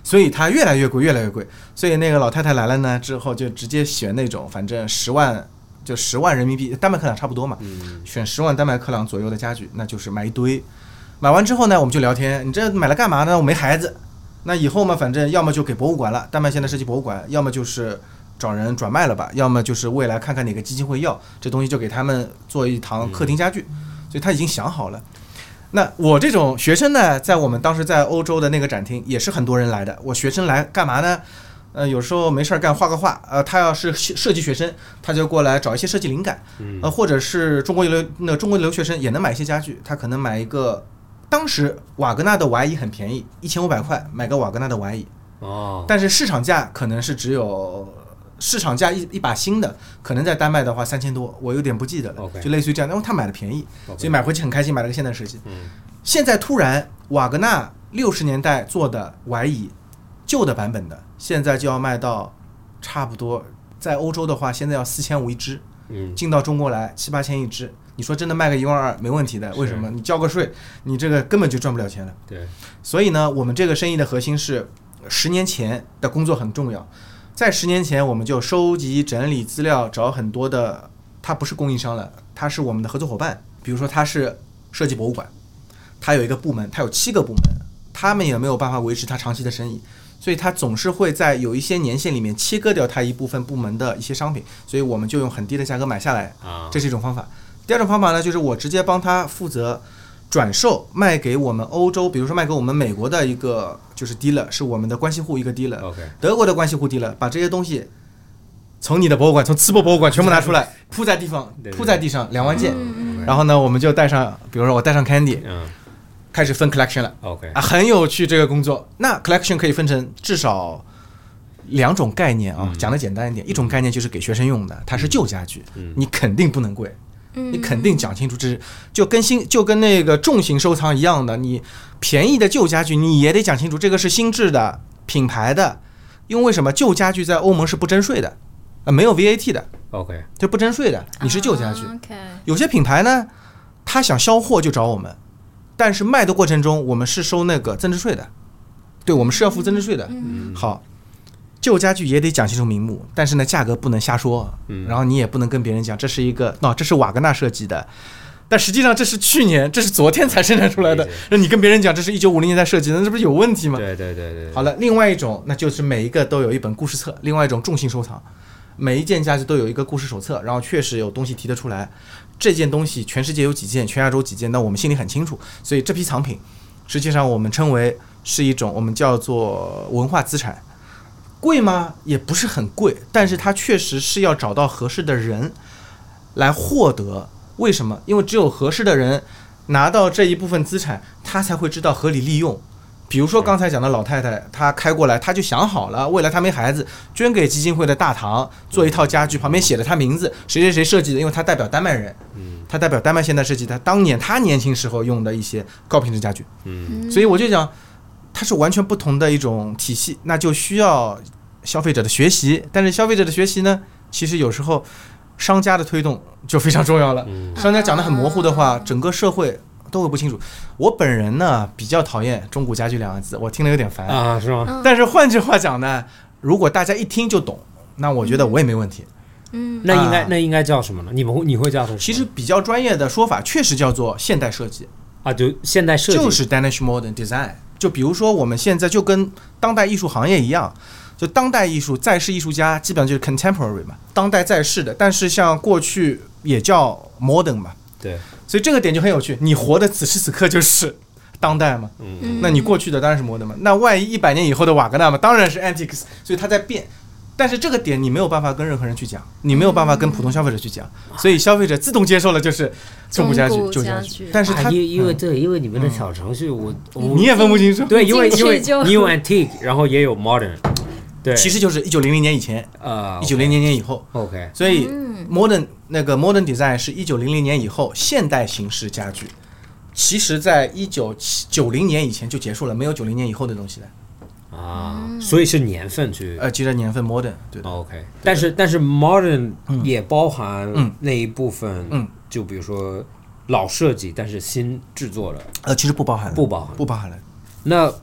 B: 所以它越来越贵，越来越贵。所以那个老太太来了呢之后，就直接选那种反正十万就十万人民币丹麦克朗差不多嘛，
C: 嗯，
B: 选十万丹麦克朗左右的家具，那就是买一堆。买完之后呢，我们就聊天，你这买了干嘛呢？我没孩子，那以后嘛，反正要么就给博物馆了，丹麦现代设计博物馆，要么就是找人转卖了吧，要么就是未来看看哪个基金会要这东西，就给他们做一堂客厅家具。所以他已经想好了。那我这种学生呢，在我们当时在欧洲的那个展厅也是很多人来的。我学生来干嘛呢？呃，有时候没事儿干画个画，呃，他要是设计学生，他就过来找一些设计灵感，呃，或者是中国留那个中国留学生也能买一些家具，他可能买一个，当时瓦格纳的瓦椅很便宜，一千五百块买个瓦格纳的瓦椅，
C: 哦，
B: 但是市场价可能是只有市场价一一把新的，可能在丹麦的话三千多，我有点不记得了，
C: okay.
B: 就类似于这样，因为他买的便宜，
C: okay.
B: 所以买回去很开心，买了个现代设计。
C: 嗯，
B: 现在突然瓦格纳六十年代做的瓦椅，旧的版本的，现在就要卖到差不多，在欧洲的话，现在要四千五一只，
C: 嗯，
B: 进到中国来七八千一只。你说真的卖个一万二没问题的，为什么？你交个税，你这个根本就赚不了钱了。
C: 对，
B: 所以呢，我们这个生意的核心是十年前的工作很重要。在十年前，我们就收集整理资料，找很多的，他不是供应商了，他是我们的合作伙伴。比如说，他是设计博物馆，他有一个部门，他有七个部门，他们也没有办法维持他长期的生意，所以他总是会在有一些年限里面切割掉他一部分部门的一些商品，所以我们就用很低的价格买下来，这是一种方法。第二种方法呢，就是我直接帮他负责转售，卖给我们欧洲，比如说卖给我们美国的一个就是 dealer， 是我们的关系户一个 dealer，okay. 德国的关系户 dealer， 把这些东西从你的博物馆，从淄博博物馆全部拿出来，铺在地方，铺在地上，两万件，然后呢，我们就带上，比如说我带上 Candy，嗯，开始分 collection 了
C: ，OK，
B: 啊，很有趣这个工作。那 collection 可以分成至少两种概念啊，讲的简单一点，一种概念就是给学生用的，它是旧家具，你肯定不能贵。你肯定讲清楚，这是就跟新就跟那个重型收藏一样的，你便宜的旧家具你也得讲清楚，这个是新制的品牌的，因为什么？旧家具在欧盟是不征税的，呃，没有 V A T 的
C: ，OK，
B: 就不征税的，你是旧家具。
A: uh, okay.
B: 有些品牌呢，他想销货就找我们，但是卖的过程中我们是收那个增值税的，对，我们是要付增值税的。
A: 嗯、
B: 好。旧家具也得讲清楚名目，但是呢，价格不能瞎说，嗯，然后你也不能跟别人讲这是一个，哦，这是瓦格纳设计的，但实际上这是去年，这是昨天才生产出来的，那你跟别人讲这是一九五零年代设计的，那这不是有问题吗？
C: 对对对 对, 对。
B: 好了，另外一种那就是每一个都有一本故事册，另外一种重型收藏，每一件家具都有一个故事手册，然后确实有东西提得出来，这件东西全世界有几件，全亚洲几件，那我们心里很清楚，所以这批藏品实际上我们称为是一种我们叫做文化资产。贵吗？也不是很贵，但是它确实是要找到合适的人来获得。为什么？因为只有合适的人拿到这一部分资产，他才会知道合理利用。比如说刚才讲的老太太，她开过来，她就想好了，未来她没孩子，捐给基金会的大堂做一套家具，旁边写了她名字，谁谁谁设计的，因为她代表丹麦人，她代表丹麦现代设计，她当年她年轻时候用的一些高品质家具，所以我就讲。它是完全不同的一种体系，那就需要消费者的学习。但是消费者的学习呢，其实有时候商家的推动就非常重要了。嗯、商家讲得很模糊的话，整个社会都会不清楚。我本人呢比较讨厌中古家具两个字，我听了有点烦
C: 啊，是吗？
B: 但是换句话讲呢，如果大家一听就懂，那我觉得我也没问题。
A: 嗯，
C: 那应该、啊、那应该叫什么呢？你们你会叫什么？
B: 其实比较专业的说法，确实叫做现代设计
C: 啊，就现代设计，
B: 就是 Danish Modern Design。就比如说我们现在就跟当代艺术行业一样，就当代艺术在世艺术家基本上就是 contemporary 嘛，当代在世的，但是像过去也叫 modern 嘛，
C: 对，
B: 所以这个点就很有趣，你活的此时此刻就是当代嘛，嗯，那你过去的当然是 modern 嘛，那万一一百年以后的瓦格纳嘛，当然是 antiques， 所以它在变。但是这个点你没有办法跟任何人去讲，你没有办法跟普通消费者去讲，所以消费者自动接受了就是中古家具、旧家具。但是它、
C: 啊、因因为这、嗯、因为你们的小程序我，我
B: 你也分不清楚。
C: 对，因为因为你有 antique， 然后也有 modern， 对，
B: 其实就是一九零零年以前，呃，一九零零年以后。
C: OK，
B: 所以 modern 那个 modern design 是一九零零年以后现代形式家具，其实在一九九零年以前就结束了，没有九零年以后的东西了。
C: 啊，所以是年份去
B: 呃，记得年份 modern 对的。
C: OK， 但是但是 modern 也包含那一部分，
B: 嗯，
C: 就比如说老设计，但是新制作了，
B: 呃，其实不包含了，
C: 不包含，
B: 不包含了。
C: 那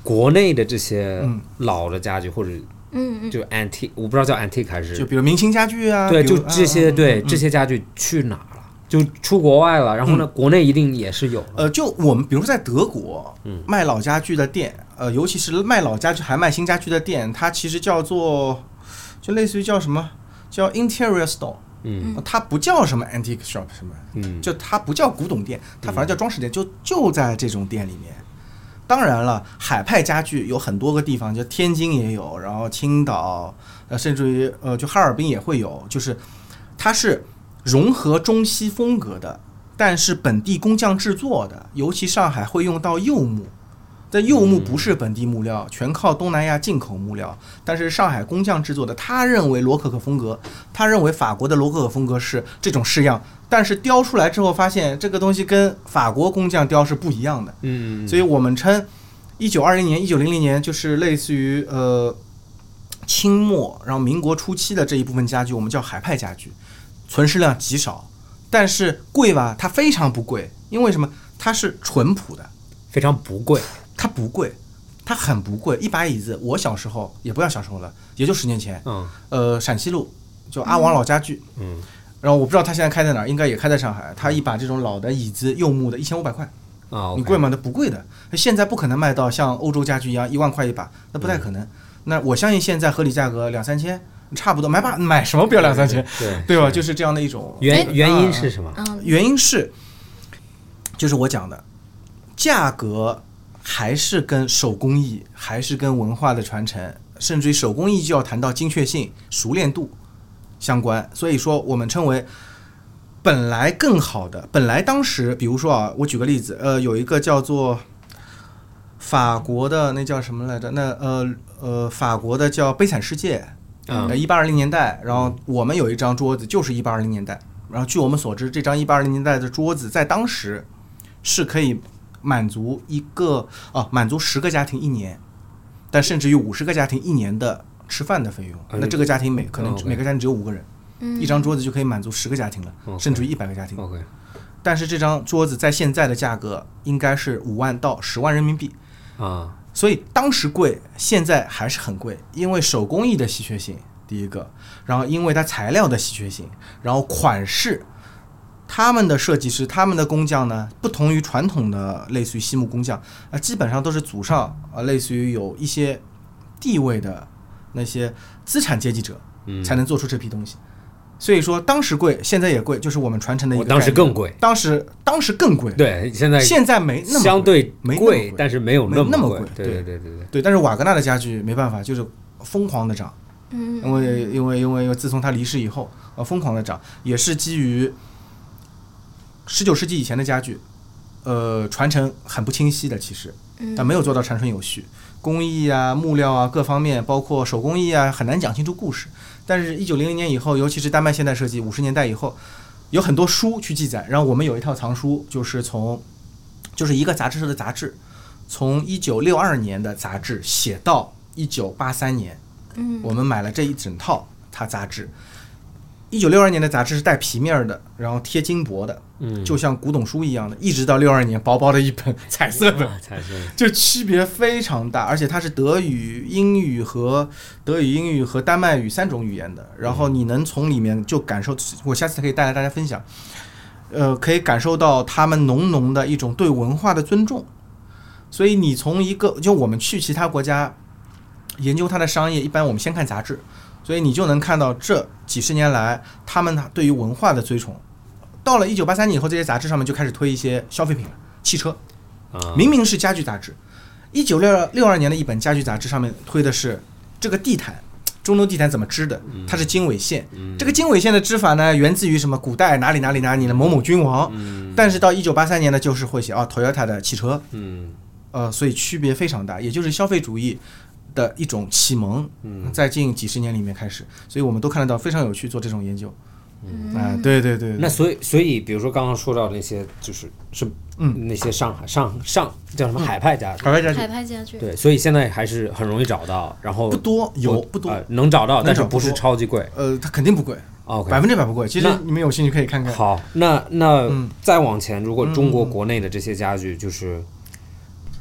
C: 国内的这些老的家具或者
A: 嗯
C: 就 antique，我不知道叫 antique 还是
B: 就比如明清家具啊，
C: 对，就这些、
B: 啊、
C: 对、
B: 嗯、
C: 这些家具去哪了？就出国外了，然后呢，嗯、国内一定也是有。
B: 呃，就我们比如说在德国，嗯，卖老家具的店，呃，尤其是卖老家具还卖新家具的店，它其实叫做，就类似于叫什么，叫 interior store， 嗯，它不叫什么 antique shop 什么，嗯，就它不叫古董店，它反而叫装饰店，就就在这种店里面。当然了，海派家具有很多个地方，就天津也有，然后青岛，呃，甚至于呃，就哈尔滨也会有，就是它是融合中西风格的，但是本地工匠制作的，尤其上海会用到柚木，但柚木不是本地木料，全靠东南亚进口木料，但是上海工匠制作的。他认为罗可可风格，他认为法国的罗可可风格是这种式样，但是雕出来之后发现这个东西跟法国工匠雕是不一样的。嗯，所以我们称一九二零年、一九零零年就是类似于呃清末，然后民国初期的这一部分家具，我们叫海派家具。存世量极少，但是贵吧？它非常不贵，因为什么？它是淳朴的，
C: 非常不贵。
B: 它不贵，它很不贵。一把椅子，我小时候也不要小时候了，也就十年前。嗯。呃，陕西路就阿王老家具。嗯。然后我不知道他现在开在哪儿，应该也开在上海。他一把这种老的椅子，柚木的，一千五百块。啊、okay 。你贵吗？那不贵的。现在不可能卖到像欧洲家具一样一万块一把，那不太可能。嗯、那我相信现在合理价格两三千。差不多买把买什么不要两三千，对对吧？就是这样的一种
C: 原原因是什么？
B: 啊、原因是就是我讲的，价格还是跟手工艺，还是跟文化的传承，甚至于手工艺就要谈到精确性、熟练度相关。所以说，我们称为本来更好的，本来当时，比如说啊，我举个例子，呃，有一个叫做法国的那叫什么来着？那呃呃，法国的叫《悲惨世界》。呃，一八二零年代，然后我们有一张桌子就是一八二零年代，然后据我们所知，这张一八二零年代的桌子在当时是可以满足一个啊，满足十个家庭一年，但甚至于五十个家庭一年的吃饭的费用。那这个家庭每可能每个家庭只有五个人，嗯、一张桌子就可以满足十个家庭了，嗯、甚至于一百个家庭。
C: Okay.
B: 但是这张桌子在现在的价格应该是五万到十万人民币啊。所以当时贵，现在还是很贵，因为手工艺的稀缺性，第一个，然后因为它材料的稀缺性，然后款式，他们的设计师、他们的工匠呢，不同于传统的类似于西木工匠，啊，基本上都是祖上啊，类似于有一些地位的那些资产阶级者，才能做出这批东西。所以说当时贵，现在也贵，就是我们传承的一个概念。
C: 当时更贵，
B: 当时当时更贵。
C: 对，现在
B: 现在没那么贵
C: 相对
B: 没贵，
C: 但是没有那
B: 么
C: 贵。对
B: 对
C: 对对对
B: 对。但是瓦格纳的家具没办法，就是疯狂的涨。嗯。因为因为因为自从他离世以后，呃，疯狂的涨，也是基于十九世纪以前的家具，呃，传承很不清晰的，其实，但没有做到传承有序。工艺啊、木料啊各方面，包括手工艺啊，很难讲清楚故事。但是，一九零零年以后，尤其是丹麦现代设计五十年代以后，有很多书去记载。然后我们有一套藏书，就是从就是一个杂志社的杂志，从一九六二年的杂志写到一九八三年。嗯，我们买了这一整套它杂志。一九六二年的杂志是带皮面的，然后贴金箔的，嗯，就像古董书一样的，一直到六二年薄薄的一本彩色的，
C: 彩色的，
B: 就区别非常大，而且它是德语、英语和德语、英语和丹麦语三种语言的，然后你能从里面就感受，我下次可以带来大家分享，呃，可以感受到他们浓浓的一种对文化的尊重，所以你从一个就我们去其他国家研究它的商业，一般我们先看杂志。所以你就能看到这几十年来他们对于文化的推崇。到了一九八三年以后，这些杂志上面就开始推一些消费品了，汽车。明明是家具杂志，一九六二年的一本家具杂志上面推的是这个地毯，中东地毯怎么织的？它是经纬线。这个经纬线的织法呢，源自于什么？古代哪里哪里哪里的某某君王。但是到一九八三年呢，就是会写啊 Toyota 的汽车。呃，所以区别非常大，也就是消费主义的一种启蒙，在近几十年里面开始，所以我们都看得到，非常有趣做这种研究。嗯啊、呃，对对 对, 对。
C: 那所以所以，比如说刚刚说到那些，就是是嗯那些上海上上叫什么海派家具，
B: 海派家具，
A: 海派家具。
C: 对，所以现在还是很容易找到，然后
B: 不多有不多、
C: 呃、能找到，但是不是超级贵。
B: 呃，它肯定不贵。
C: OK，
B: 百分之百不贵。其实你们有兴趣可以看看。
C: 好，那那、嗯、再往前，如果中国国内的这些家具，就是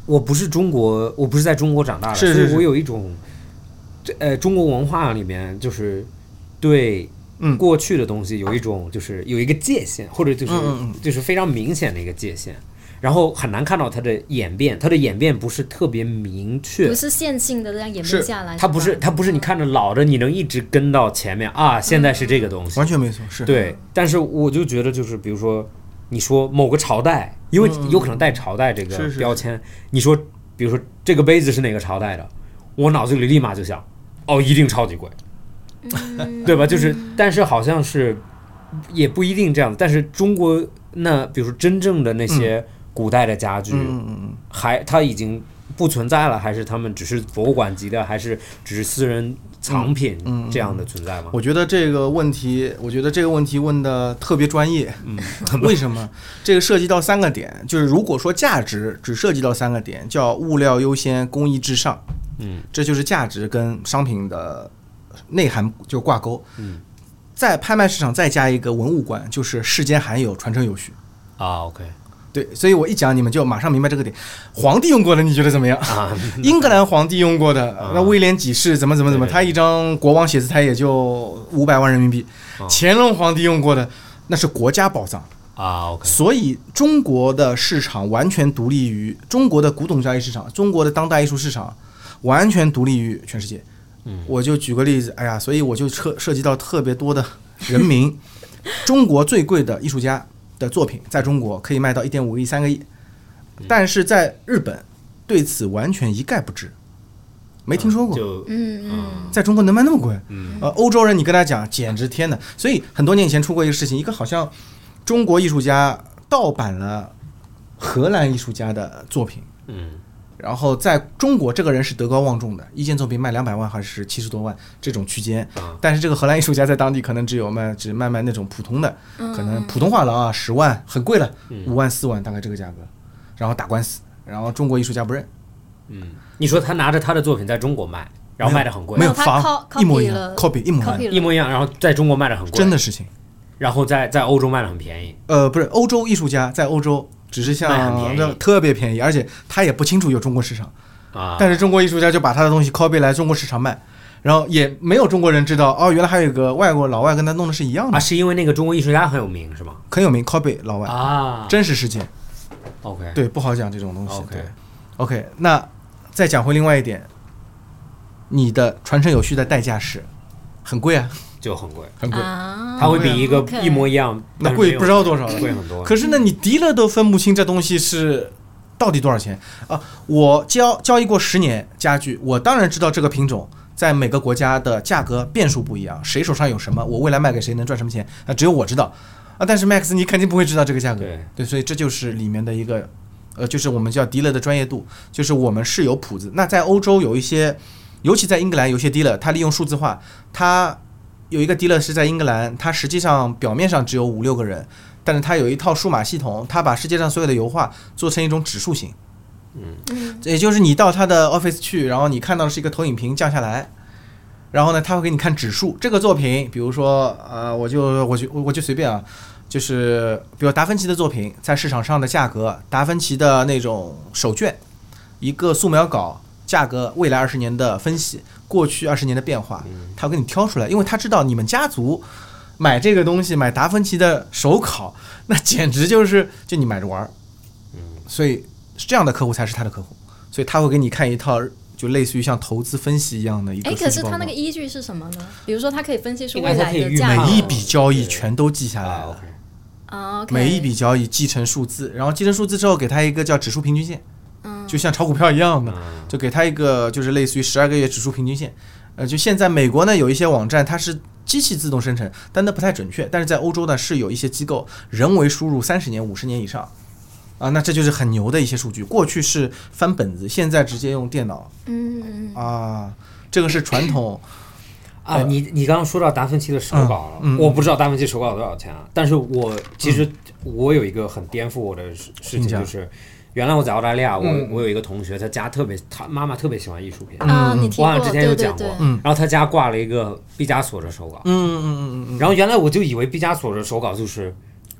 C: 我不是中国，我不是在中国长大的，
B: 是是是
C: 所以我有一种，呃，中国文化里面就是对过去的东西有一种就是有一个界限，或者就是
B: 嗯嗯嗯
C: 就是非常明显的一个界限。然后很难看到它的演变，它的演变不是特别明确，
A: 不是线性的这样演变下来。
C: 它不是，它不是你看着老的，你能一直跟到前面啊。现在是这个东西，
B: 完全没错，是
C: 对。但是我就觉得，就是比如说，你说某个朝代，因为有可能带朝代这个标签，
B: 是是
C: 你说，比如说这个杯子是哪个朝代的，我脑子里立马就想，哦，一定超级贵，
A: 嗯、
C: 对吧？就是，但是好像是也不一定这样。但是中国那，比如说真正的那些。嗯古代的家具，
B: 嗯嗯嗯，
C: 还它已经不存在了，还是他们只是博物馆级的，还是只是私人藏品这样的存在吗？
B: 我觉得这个问题，我觉得这个问题问的特别专业。嗯，为什么？这个涉及到三个点，就是如果说价值只涉及到三个点，叫物料优先、工艺至上。嗯，这就是价值跟商品的内涵就挂钩。嗯，在拍卖市场再加一个文物观，就是世间罕有，传承有序。
C: 啊 ，OK。
B: 对，所以我一讲你们就马上明白这个点。皇帝用过的你觉得怎么样？
C: 啊、
B: 英格兰皇帝用过的，
C: 啊、
B: 那威廉几世怎么怎么怎么，他一张国王写字台也就五百万人民币。啊、乾隆皇帝用过的那是国家宝藏
C: 啊。OK。
B: 所以中国的市场完全独立于中国的古董交易市场，中国的当代艺术市场完全独立于全世界。嗯，我就举个例子，哎呀，所以我就涉涉及到特别多的人名，中国最贵的艺术家。的作品在中国可以卖到一点五个亿、三个亿，但是在日本对此完全一概不知，没听说过。
A: 嗯嗯，
B: 在中国能卖那么贵？嗯，呃，欧洲人你跟他讲，简直天哪！所以很多年以前出过一个事情，一个好像中国艺术家盗版了荷兰艺术家的作品，嗯，然后在中国这个人是德高望重的，一件作品卖两百万还是七十多万这种区间，但是这个荷兰艺术家在当地可能只有卖只卖卖那种普通的，可能普通画廊啊十万很贵了，五万四万大概这个价格，然后打官司，然后中国艺术家不认。
C: 嗯，你说他拿着他的作品在中国卖，然后卖的很贵，
B: 没有仿一模一样 ，copy 一模一样，
C: 一模一样，然后在中国卖的很贵，
B: 真的事情。
C: 然后在在欧洲卖的很便宜。
B: 呃，不是欧洲艺术家在欧洲。只是像这特别便宜，而且他也不清楚有中国市场啊。但是中国艺术家就把他的东西 copy 来中国市场卖，然后也没有中国人知道哦，原来还有一个外国老外跟他弄的是一样的
C: 啊。是因为那个中国艺术家很有名是吗？
B: 很有名 ，copy 老外
C: 啊，
B: 真实事件。
C: OK，
B: 对，不好讲这种东西。
C: OK，
B: 对 OK， 那再讲回另外一点，你的传承有序的代价是很贵啊。
C: 就很贵，
B: 很贵，
A: 啊、
C: 它会比一个一模一样，
B: 那贵不知道多少，
C: 贵很多。
B: 可是呢，你敌了都分不清这东西是到底多少钱啊！我交交易过十年家具，我当然知道这个品种在每个国家的价格变数不一样，谁手上有什么，我未来卖给谁能赚什么钱啊，只有我知道啊。但是 Max 你肯定不会知道这个价格，
C: 对
B: 对，所以这就是里面的一个呃，就是我们叫敌了的专业度，就是我们是有谱子。那在欧洲有一些，尤其在英格兰有些敌了，他利用数字化，他。有一个 dealer 是在英格兰，他实际上表面上只有五六个人，但是他有一套数码系统，他把世界上所有的油画做成一种指数型，嗯，也就是你到他的 office 去，然后你看到的是一个投影屏降下来，然后呢，他会给你看指数。这个作品，比如说，呃，我就我就我就随便啊，就是比如达芬奇的作品在市场上的价格，达芬奇的那种手卷，一个素描稿。价格未来二十年的分析，过去二十年的变化，他会给你挑出来，因为他知道你们家族买这个东西，买达芬奇的手稿，那简直就是就你买着玩，所以这样的客户才是他的客户，所以他会给你看一套就类似于像投资分析一样的一个数据报告。
A: 哎，可是他那个依据是什么呢？比如说他可以分析出未来的价格，
B: 每一笔交易全都记下来了，
A: 啊 okay
B: 每一笔交易记成数字，然后记成数字之后给他一个叫指数平均线。就像炒股票一样的，就给他一个就是类似于十二个月指数平均线。呃，就现在美国呢有一些网站它是机器自动生成，但那不太准确。但是在欧洲呢是有一些机构人为输入三十年、五十年以上，啊，那这就是很牛的一些数据。过去是翻本子，现在直接用电脑。嗯啊，这个是传统。
C: 啊，你你刚刚说到达芬奇的手稿了，
B: 嗯嗯、
C: 我不知道达芬奇手稿多少钱啊，但是我其实我有一个很颠覆我的事情，就是原来我在澳大利亚，我、嗯、我有一个同学，他家特别，他妈妈特别喜欢艺术品，
A: 啊、嗯，
C: 我好像之前有讲过，
A: 对对
B: 对
C: 然后他家挂了一个毕加索的手稿，
B: 嗯嗯嗯嗯，
C: 然后原来我就以为毕加索的手稿就是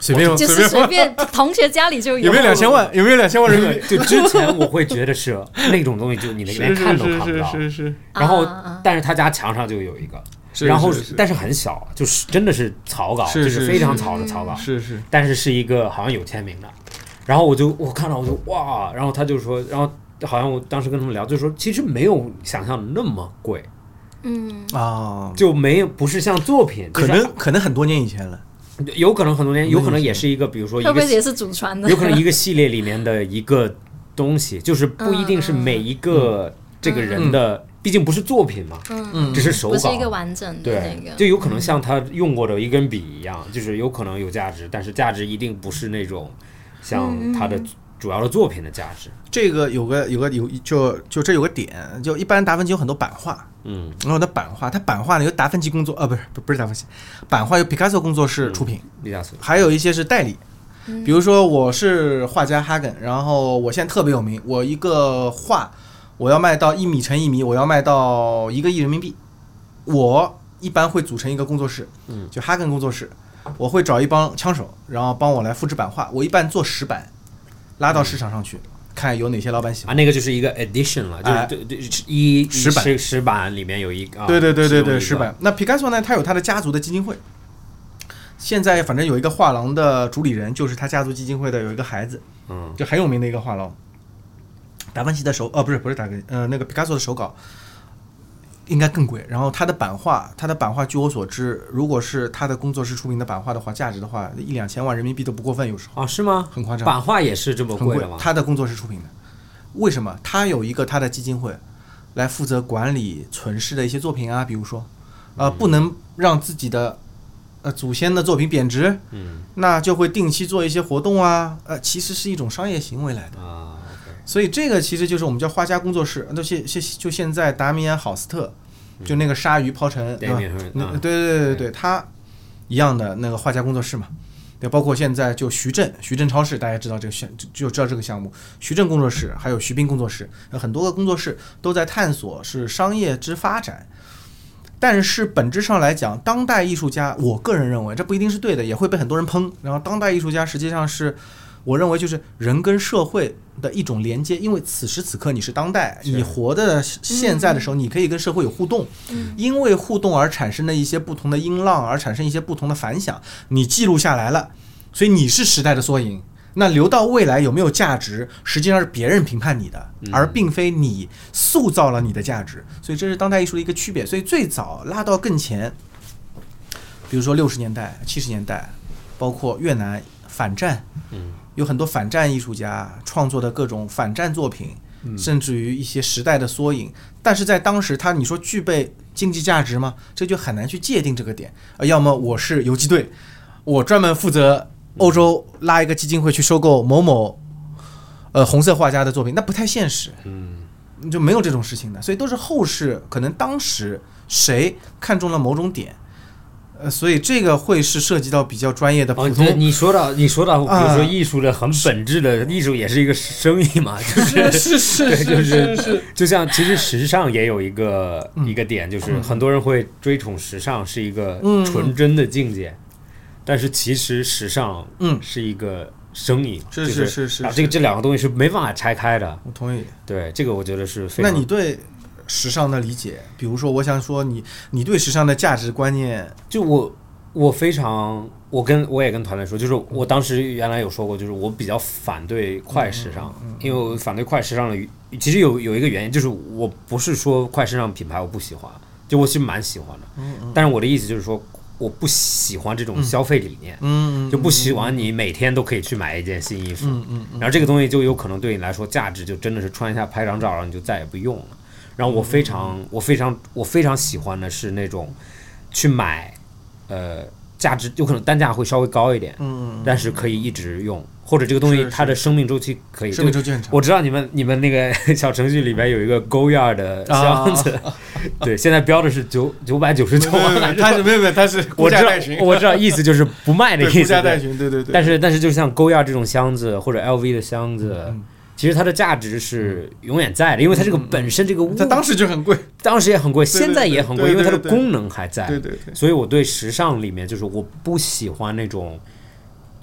B: 随便
A: 就是随便同学家里就有。
B: 有没有两千万？有没有两千万人民币？
C: 就之前我会觉得是那种东西，就你连看都看不到。
B: 是是是是。
C: 然后，
A: 啊、
C: 但是他家墙上就有一个，
B: 是
C: 然后
B: 是是
C: 但是很小，就是真的是草稿，
B: 是是
C: 就是非常草的草稿，
B: 是是。
C: 但是是一个好像有签名的。然后我就我看到我就哇，然后他就说，然后好像我当时跟他们聊，就说其实没有想象的那么贵。
A: 嗯
B: 啊，
C: 就没有不是像作品，
B: 可能可能很多年以前了。
C: 有可能很多年，有可能也是一个，比如说一个，
A: 会不会也是祖传的？
C: 有可能一个系列里面的一个东西，就是不一定是每一个这个人的，嗯、毕竟不是作品嘛，
A: 嗯，
C: 只是手稿，
A: 不是一个完整的那个，
C: 就有可能像他用过的一根笔一样，就是有可能有价值，但是价值一定不是那种像他的主要的作品的价值。
B: 这个有个有个有就就这有个点，就一般达芬奇有很多版画。
C: 嗯，
B: 然后的版画，它版画呢由达芬奇工作，呃，不是不是达芬奇，版画由毕加索工作室出品，
C: 毕加索，
B: 还有一些是代理。比如说我是画家哈根，然后我现在特别有名，我一个画我要卖到一米乘一米，我要卖到一个亿人民币，我一般会组成一个工作室，
C: 嗯，
B: 就哈根工作室，我会找一帮枪手，然后帮我来复制版画，我一般做十版，拉到市场上去。嗯，看有哪些老板喜欢
C: 啊，那个就是一个 edition 了，就是对对一
B: 十版
C: 十版里面有一个，
B: 对对对对对十版。那毕加索呢，他有他的家族的基金会，现在反正有一个画廊的主理人，就是他家族基金会的有一个孩子，
C: 嗯，
B: 就很有名的一个画廊。达芬奇的手，呃，不是不是达芬奇，呃，那个毕加索的手稿应该更贵。然后他的版画，他的版画据我所知，如果是他的工作室出名的版画的话，价值的话，一两千万人民币都不过分，有时候
C: 啊，是吗？
B: 很夸张。
C: 版画也是这么贵的吗？
B: 他的工作室出品的，为什么？他有一个他的基金会，来负责管理存世的一些作品啊，比如说，呃，不能让自己的呃祖先的作品贬值，
C: 嗯，
B: 那就会定期做一些活动啊，呃，其实是一种商业行为来的
C: 啊。
B: 所以这个其实就是我们叫画家工作室，就现现就现在达米安·郝斯特，就那个鲨鱼抛沉，对吧？对对对对对，他一样的那个画家工作室嘛。对，包括现在就徐震，徐震超市，大家知道这个项就知道这个项目，徐震工作室，还有徐冰工作室，很多个工作室都在探索是商业之发展。但是本质上来讲，当代艺术家，我个人认为这不一定是对的，也会被很多人喷。然后当代艺术家实际上是，我认为就是人跟社会的一种连接，因为此时此刻你是当代，你活的现在的时候，你可以跟社会有互动，因为互动而产生的一些不同的音浪，而产生一些不同的反响，你记录下来了，所以你是时代的缩影。那留到未来有没有价值，实际上是别人评判你的，而并非你塑造了你的价值。所以这是当代艺术的一个区别。所以最早拉到更前，比如说六十年代、七十年代，包括越南反战，有很多反战艺术家创作的各种反战作品，甚至于一些时代的缩影。但是在当时，他你说具备经济价值吗？这就很难去界定这个点。呃，要么我是游击队，我专门负责欧洲拉一个基金会去收购某某呃红色画家的作品，那不太现实，嗯，就没有这种事情的，所以都是后世可能当时谁看中了某种点，呃，所以这个会是涉及到比较专业的普通。
C: 哦、你说到你说到，比如说艺术的很本质的、啊、艺术也是一个生意嘛，就是
B: 是是是
C: 是是，就像其实时尚也有一个、嗯、一个点，就是很多人会追崇时尚是一个纯真的境界。嗯，但是其实时尚嗯是一个生意，
B: 是是是是，
C: 啊，这个这两个东西是没办法拆开的。
B: 我同意。
C: 对，这个我觉得是非常。
B: 那你对时尚的理解，比如说，我想说你你对时尚的价值观念，
C: 就我我非常，我跟我也跟团队说，就是我当时原来有说过，就是我比较反对快时尚，嗯嗯嗯、因为我反对快时尚的，其实有有一个原因，就是我不是说快时尚品牌我不喜欢，就我其实蛮喜欢的，嗯嗯、但是我的意思就是说。我不喜欢这种消费理念，嗯，就不喜欢你每天都可以去买一件新衣服，嗯嗯，然后这个东西就有可能对你来说价值就真的是穿一下拍张照，然后你就再也不用了。然后我非常，我非常，我非常喜欢的是那种去买，呃，价值有可能单价会稍微高一点，嗯，但是可以一直用，或者这个东西它的生命周期可以，
B: 生命周期很长。
C: 我知道你们你们那个小程序里边有一个 Goyard 的箱子。啊对，现在标的是九九百九十九万，
B: 它是没有没有，它是
C: 我知道我知道意思就是不卖的意思，
B: 不加代询，对对对。
C: 但是但是就像勾亚这种箱子或者 L V 的箱子，嗯、其实它的价值是永远在的，因为它这个本身这个物，
B: 它当时就很贵，
C: 当时也很贵，现在也很贵，因为它的功能还在。
B: 对对对。
C: 所以我对时尚里面就是我不喜欢那种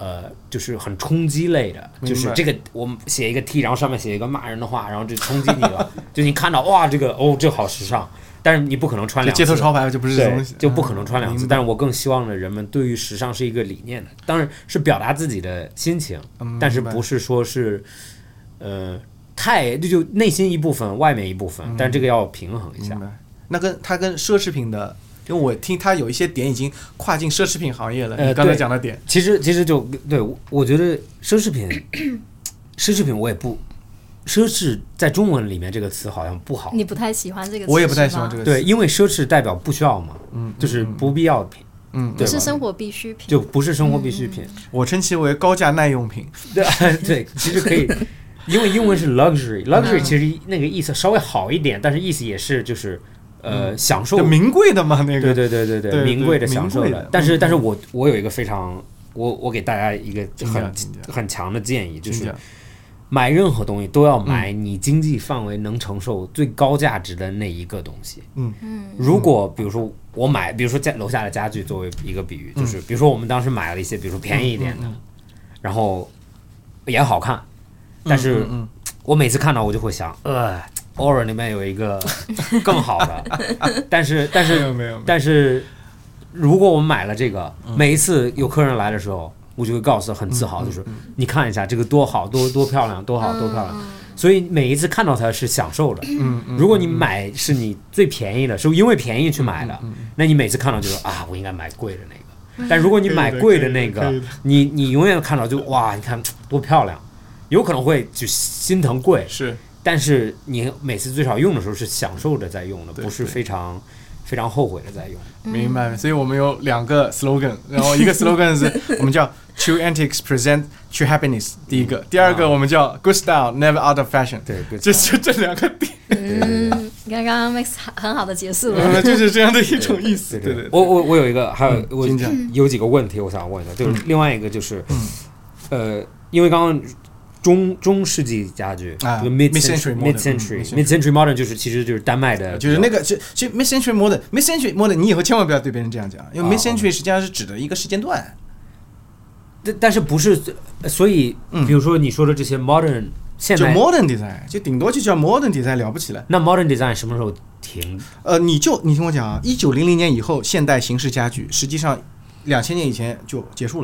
C: 呃，就是很冲击类的，就是这个我们写一个 T， 然后上面写一个骂人的话，然后就冲击你了，就你看到哇，这个哦，这好时尚，但是你不可能穿两次，
B: 街头潮牌就不是这东西，
C: 就不可能穿两次。但是我更希望的人们对于时尚是一个理念的，当然是表达自己的心情，
B: 嗯、
C: 但是不是说是呃太就内心一部分，外面一部分，
B: 嗯、
C: 但这个要平衡一下。
B: 那跟它跟奢侈品的。因为我听他有一些点已经跨进奢侈品行业了，
C: 呃、
B: 你刚才讲的点，
C: 其实其实就对我觉得奢侈品，奢侈品我也不，奢侈在中文里面这个词好像不好，
A: 你不太喜欢这个词，
B: 我也不太喜欢这个词，
C: 对，因为奢侈代表不需要嘛，嗯，就是不必要的品，
B: 嗯，
A: 不是生活必需品，
C: 就不是生活必需品，
B: 嗯、我称其为高价耐用品，
C: 对对，其实可以，因为英文是 luxury，luxury 其实那个意思稍微好一点，但是意思也是就是。呃，
B: 嗯、
C: 享受
B: 名贵的嘛，那个
C: 对对对对对，
B: 对
C: 名贵的享受的。但是，
B: 嗯、
C: 但是我我有一个非常，我我给大家一个很很强的建议，就是买任何东西都要买你经济范围能承受最高价值的那一个东西。
B: 嗯
A: 嗯。
C: 如果比如说我买，比如说在楼下的家具作为一个比喻，就是比如说我们当时买了一些，比如说便宜一点的，
B: 嗯、
C: 然后也好看，但是我每次看到我就会想，呃。偶尔那边有一个更好的，但是但是
B: 没有没有
C: 但是，如果我们买了这个，每一次有客人来的时候，我就会告诉他很自豪，就是你看一下这个多好，多多漂亮，多好多漂亮。所以每一次看到它是享受的。如果你买是你最便宜的，是因为便宜去买的，那你每次看到就说啊，我应该买贵的那个。但如果你买贵的那个，你你永远看到就哇，你看多漂亮，有可能会就心疼贵
B: 是。
C: 但是你每次最少用的时候是享受着在用的，不是非常非常后悔的在用。
B: 明白。所以我们有两个 slogan， 然后一个 slogan 是我们叫 True Antiques Present True Happiness， 第一个；第二个我们叫 Good Style Never Out of Fashion。
C: 对，
B: 就就这两个点。
A: 嗯，刚刚 Max 很好的结束了。
B: 嗯，就是这样的一种意思。对对。
C: 我我我有一个，还有我
B: 嗯、
C: 有几个问题我想问一下，就是另外一个就是，嗯、呃，因为刚刚。中中世纪家具，
B: 啊、
C: 这个 mid
B: century
C: mid century mid century modern 就是其实就是丹麦的，
B: 就是那个其其实 mid century modern mid century modern 你以后千万不要对别人这样讲，因为 mid century 实际上是指的一个时间段，
C: 但但是不是，所以、嗯、比如说你说的这些 modern 现在
B: 就 modern design 就顶多就叫 modern design 了不起了。
C: 那 modern design 什么时候停？
B: 呃，你就你听我讲啊，一九零零年以后现代形式家具实际上两千年以前就结束了。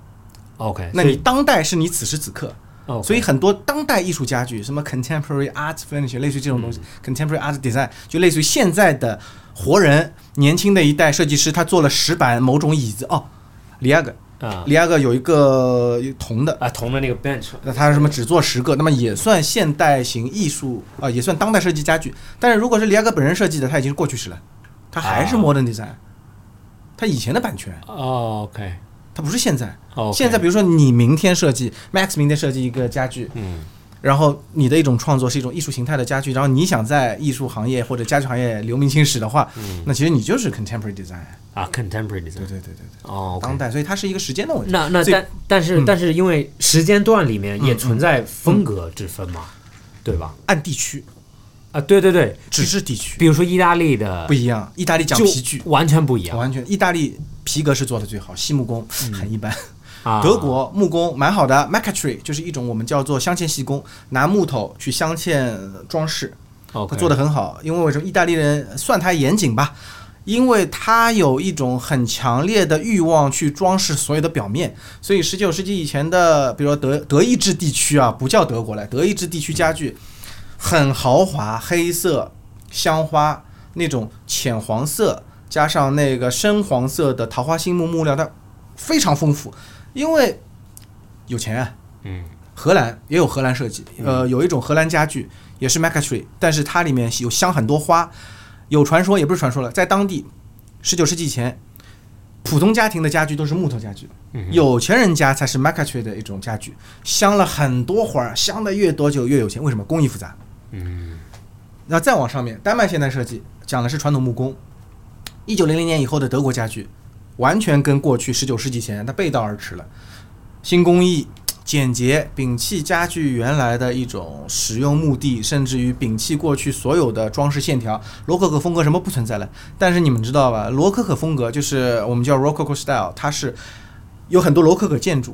C: OK，
B: 那你当代是你此时此刻。
C: Okay.
B: 所以很多当代艺术家具，什么 contemporary art furniture， 类似于这种东西、嗯、contemporary art design 就类似于现在的活人，年轻的一代设计师，他做了十版某种椅子。哦，里亚格，啊，里亚格有一个铜的
C: 啊，铜的那个 bench，
B: 那他什么只做十个，那么也算现代型艺术啊、呃，也算当代设计家具。但是如果是里亚格本人设计的，他已经是过去式了，他还是 modern design，、啊、他以前的版权。
C: 哦 ，OK。
B: 它不是现在，
C: okay.
B: 现在比如说你明天设计 Max 明天设计一个家具，
C: 嗯，
B: 然后你的一种创作是一种艺术形态的家具，然后你想在艺术行业或者家具行业留名青史的话，
C: 嗯，
B: 那其实你就是 contemporary design
C: 啊 contemporary design，
B: 对对对对对，
C: 哦，
B: okay. 当代，所以它是一个时间的问题。
C: 那那但但是、嗯、但是因为时间段里面也存在风格之分嘛，嗯、对吧？
B: 按地区。
C: 啊，对对对，
B: 只是地区，
C: 比如说意大利的
B: 不一样，意大利讲皮具
C: 完全不一样，
B: 完全意大利皮革是做的最好，细木工、嗯、很一般。
C: 啊、
B: 德国木工蛮好的 ，Marquetry 就是一种我们叫做镶嵌细工，拿木头去镶嵌装饰，它做的很好。因为为什么意大利人算它严谨吧？因为它有一种很强烈的欲望去装饰所有的表面，所以十九世纪以前的，比如说德德意志地区啊，不叫德国了，德意志地区家具很豪华，黑色、香花那种浅黄色，加上那个深黄色的桃花心木木料，它非常丰富。因为有钱啊，
C: 嗯，
B: 荷兰也有荷兰设计，呃，有一种荷兰家具也是 Marquetry， 但是它里面有镶很多花。有传说，也不是传说了，在当地十九世纪前，普通家庭的家具都是木头家具，
C: 嗯、
B: 有钱人家才是 Marquetry 的一种家具，镶了很多花，镶的越多就越有钱。为什么？工艺复杂。
C: 嗯，
B: 那再往上面，丹麦现代设计讲的是传统木工。一九零零年以后的德国家具，完全跟过去十九世纪前它背道而驰了。新工艺、简洁，摒弃家具原来的一种使用目的，甚至于摒弃过去所有的装饰线条。罗可可风格什么不存在了？但是你们知道吧？罗可可风格就是我们叫 Rococo style， 它是有很多罗可可建筑，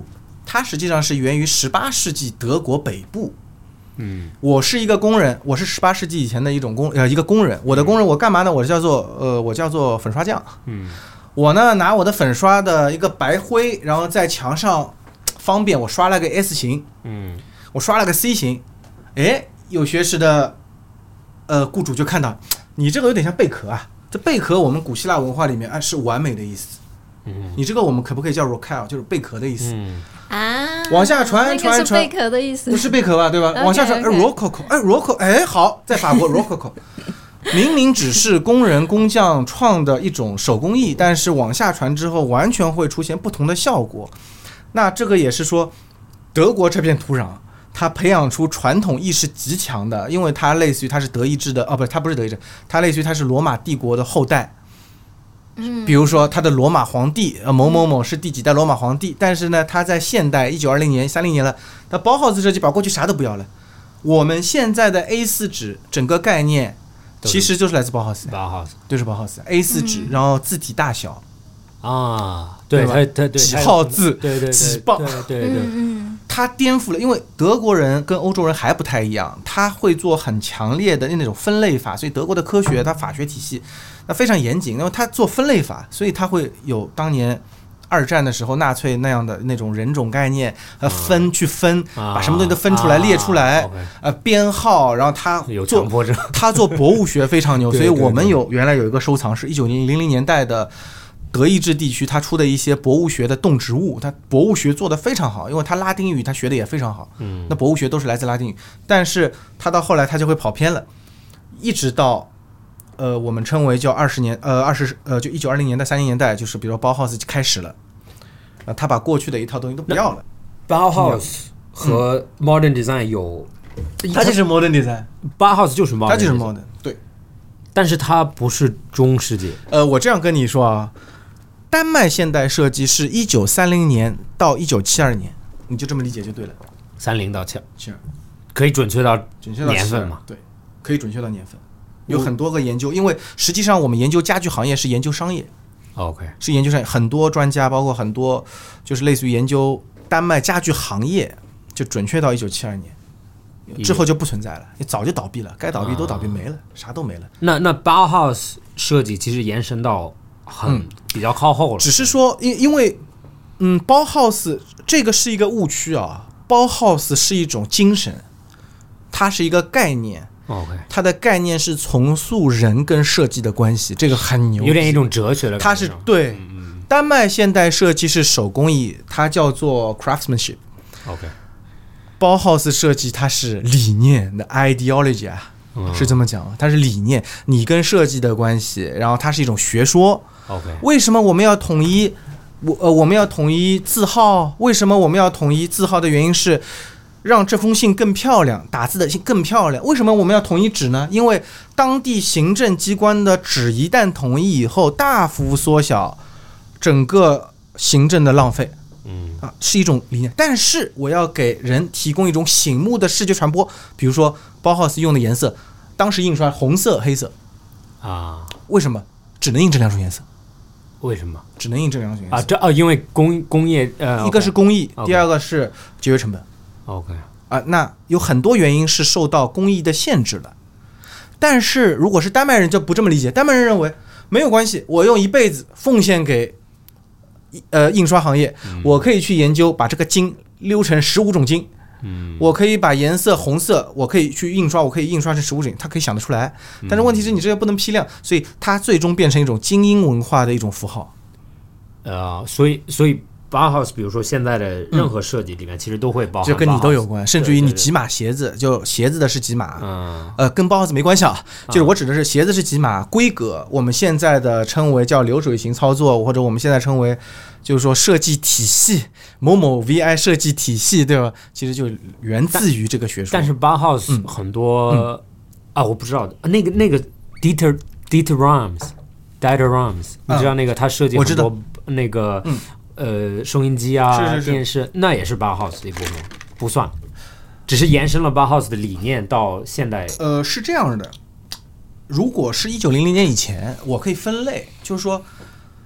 B: 它实际上是源于十八世纪德国北部。
C: 嗯，
B: 我是一个工人，我是十八世纪以前的一种工呃一个工人。我的工人我干嘛呢？我叫做呃我叫做粉刷匠。
C: 嗯，
B: 我呢拿我的粉刷的一个白灰，然后在墙上方便我刷了个 S 型，
C: 嗯，
B: 我刷了个 C 型，哎，有学识的呃雇主就看到你这个有点像贝壳啊。这贝壳我们古希腊文化里面啊是完美的意思。
C: 嗯，
B: 你这个我们可不可以叫 rocal， 就是贝壳的意思？
C: 嗯
A: 啊，
B: 往下传传传，
A: 那个是贝壳的意思，
B: 不是贝壳吧？对吧？
A: okay,
B: 往下传，哎 rococo， 哎 roco， 哎好，在法国 rococo， 明明只是工人工匠创的一种手工艺，但是往下传之后，完全会出现不同的效果。那这个也是说，德国这片土壤，它培养出传统意识极强的，因为它类似于它是德意志的，哦不，它不是德意志，它类似于它是罗马帝国的后代。
A: 嗯，
B: 比如说他的罗马皇帝呃某某某是第几代罗马皇帝，但是呢他在现代一九二零年三零年了，他包浩斯设计把过去啥都不要了。我们现在的 A 四 纸整个概念其实就是来自包浩斯，
C: 包浩斯
B: 就是包浩斯 A 四 纸，然后字体大小
C: 啊，对，
B: 吧
C: 他他对
B: 几号字，
C: 对对
B: 几磅，
C: 对对对，
A: 嗯
B: 他颠覆了，因为德国人跟欧洲人还不太一样，他会做很强烈的那种分类法，所以德国的科学，它法学体系那非常严谨，因为他做分类法，所以他会有当年二战的时候纳粹那样的那种人种概念，呃，分去分，把什么东西都分出来列出来，呃，编号，然后他
C: 有强迫症，
B: 他做博物学非常牛，所以我们有原来有一个收藏是一九零零年代的。德意志地区他出的一些博物学的动植物，他博物学做得非常好，因为他拉丁语他学的也非常好，
C: 嗯，
B: 那博物学都是来自拉丁语，但是他到后来他就会跑偏了，一直到呃我们称为叫二十年呃二十呃就一九二零年代三零年代，就是比如说包浩斯开始了，呃他把过去的一套东西都不要了。
C: 包浩斯和 Modern Design 有，
B: 他就是 Modern Design，
C: 包浩斯就是 Modern，
B: 他就是 Modern， 对，
C: 但是他不是中世纪。
B: 呃，我这样跟你说啊。丹麦现代设计是一九三零年到一九七二年，你就这么理解就对了。
C: 三零到七
B: 七二，
C: 可以准确到
B: 准确到
C: 年份吗？
B: 对，可以准确到年份。有很多个研究，因为实际上我们研究家具行业是研究商业。
C: OK，
B: 是研究商业，很多专家，包括很多就是类似于研究丹麦家具行业，就准确到一九七二年。之后就不存在了，早就倒闭了，该倒闭都倒闭没了，啊、啥都没了。
C: 那那 Bauhaus 设计其实延伸到很、嗯、比较靠后了，
B: 只是说因因为嗯 Bauhaus 这个是一个误区啊 ，Bauhaus 是一种精神，它是一个概念。
C: OK，
B: 它的概念是重塑人跟设计的关系，这个很牛，
C: 有点一种哲学的感觉。
B: 它是对、嗯、丹麦现代设计是手工艺，它叫做 craftsmanship。OK。包浩斯设计它是理念的 ideology 啊、嗯，是这么讲，它是理念，你跟设计的关系，然后它是一种学说。
C: OK，
B: 为什么我们要统一？我呃我们要统一字号？为什么我们要统一字号的原因是让这封信更漂亮，打字的信更漂亮。为什么我们要统一纸呢？因为当地行政机关的纸一旦统一以后，大幅缩小整个行政的浪费。
C: 嗯
B: 啊，是一种理念，但是我要给人提供一种醒目的视觉传播。比如说包浩斯用的颜色，当时印刷红色、黑色
C: 啊，
B: 为什么只能印这两种颜色？
C: 为什么
B: 只能印这两种颜色
C: 啊？这哦，因为工工业呃，
B: 一个是工艺，
C: okay,
B: 第二个是节约成本。
C: OK
B: 啊，那有很多原因是受到工艺的限制的。但是如果是丹麦人就不这么理解，丹麦人认为没有关系，我用一辈子奉献给。呃，印刷行业，我可以去研究把这个金溜成十五种金，
C: 嗯，
B: 我可以把颜色红色，我可以去印刷，我可以印刷成十五种，他可以想得出来。但是问题是你这个不能批量，所以它最终变成一种精英文化的一种符号。
C: 呃，所以所以 Bauhaus 比如说现在的任何设计里面，嗯、其实都会包含，
B: 就跟你都有关，甚至于你几码鞋子，就鞋子的是几码，
C: 嗯，
B: 呃，跟 Bauhaus 没关系啊，就是我指的是鞋子是几码规格，我们现在的称为叫流水型操作，或者我们现在称为。就是说设计体系某某 V I 设计体系，对吧？其实就源自于这个学说。
C: 但是 Bauhaus 很多、嗯嗯、啊，我不知道那个那个 Dieter Dieter Rams Dieter Rams， 你知道那个他设计很多那个、嗯、呃收音机啊
B: 是是是
C: 电视，那也是 Bauhaus 的一部分，不算，只是延伸了 Bauhaus 的理念到现代。
B: 呃，是这样的，如果是一九零零年以前，我可以分类，就是说。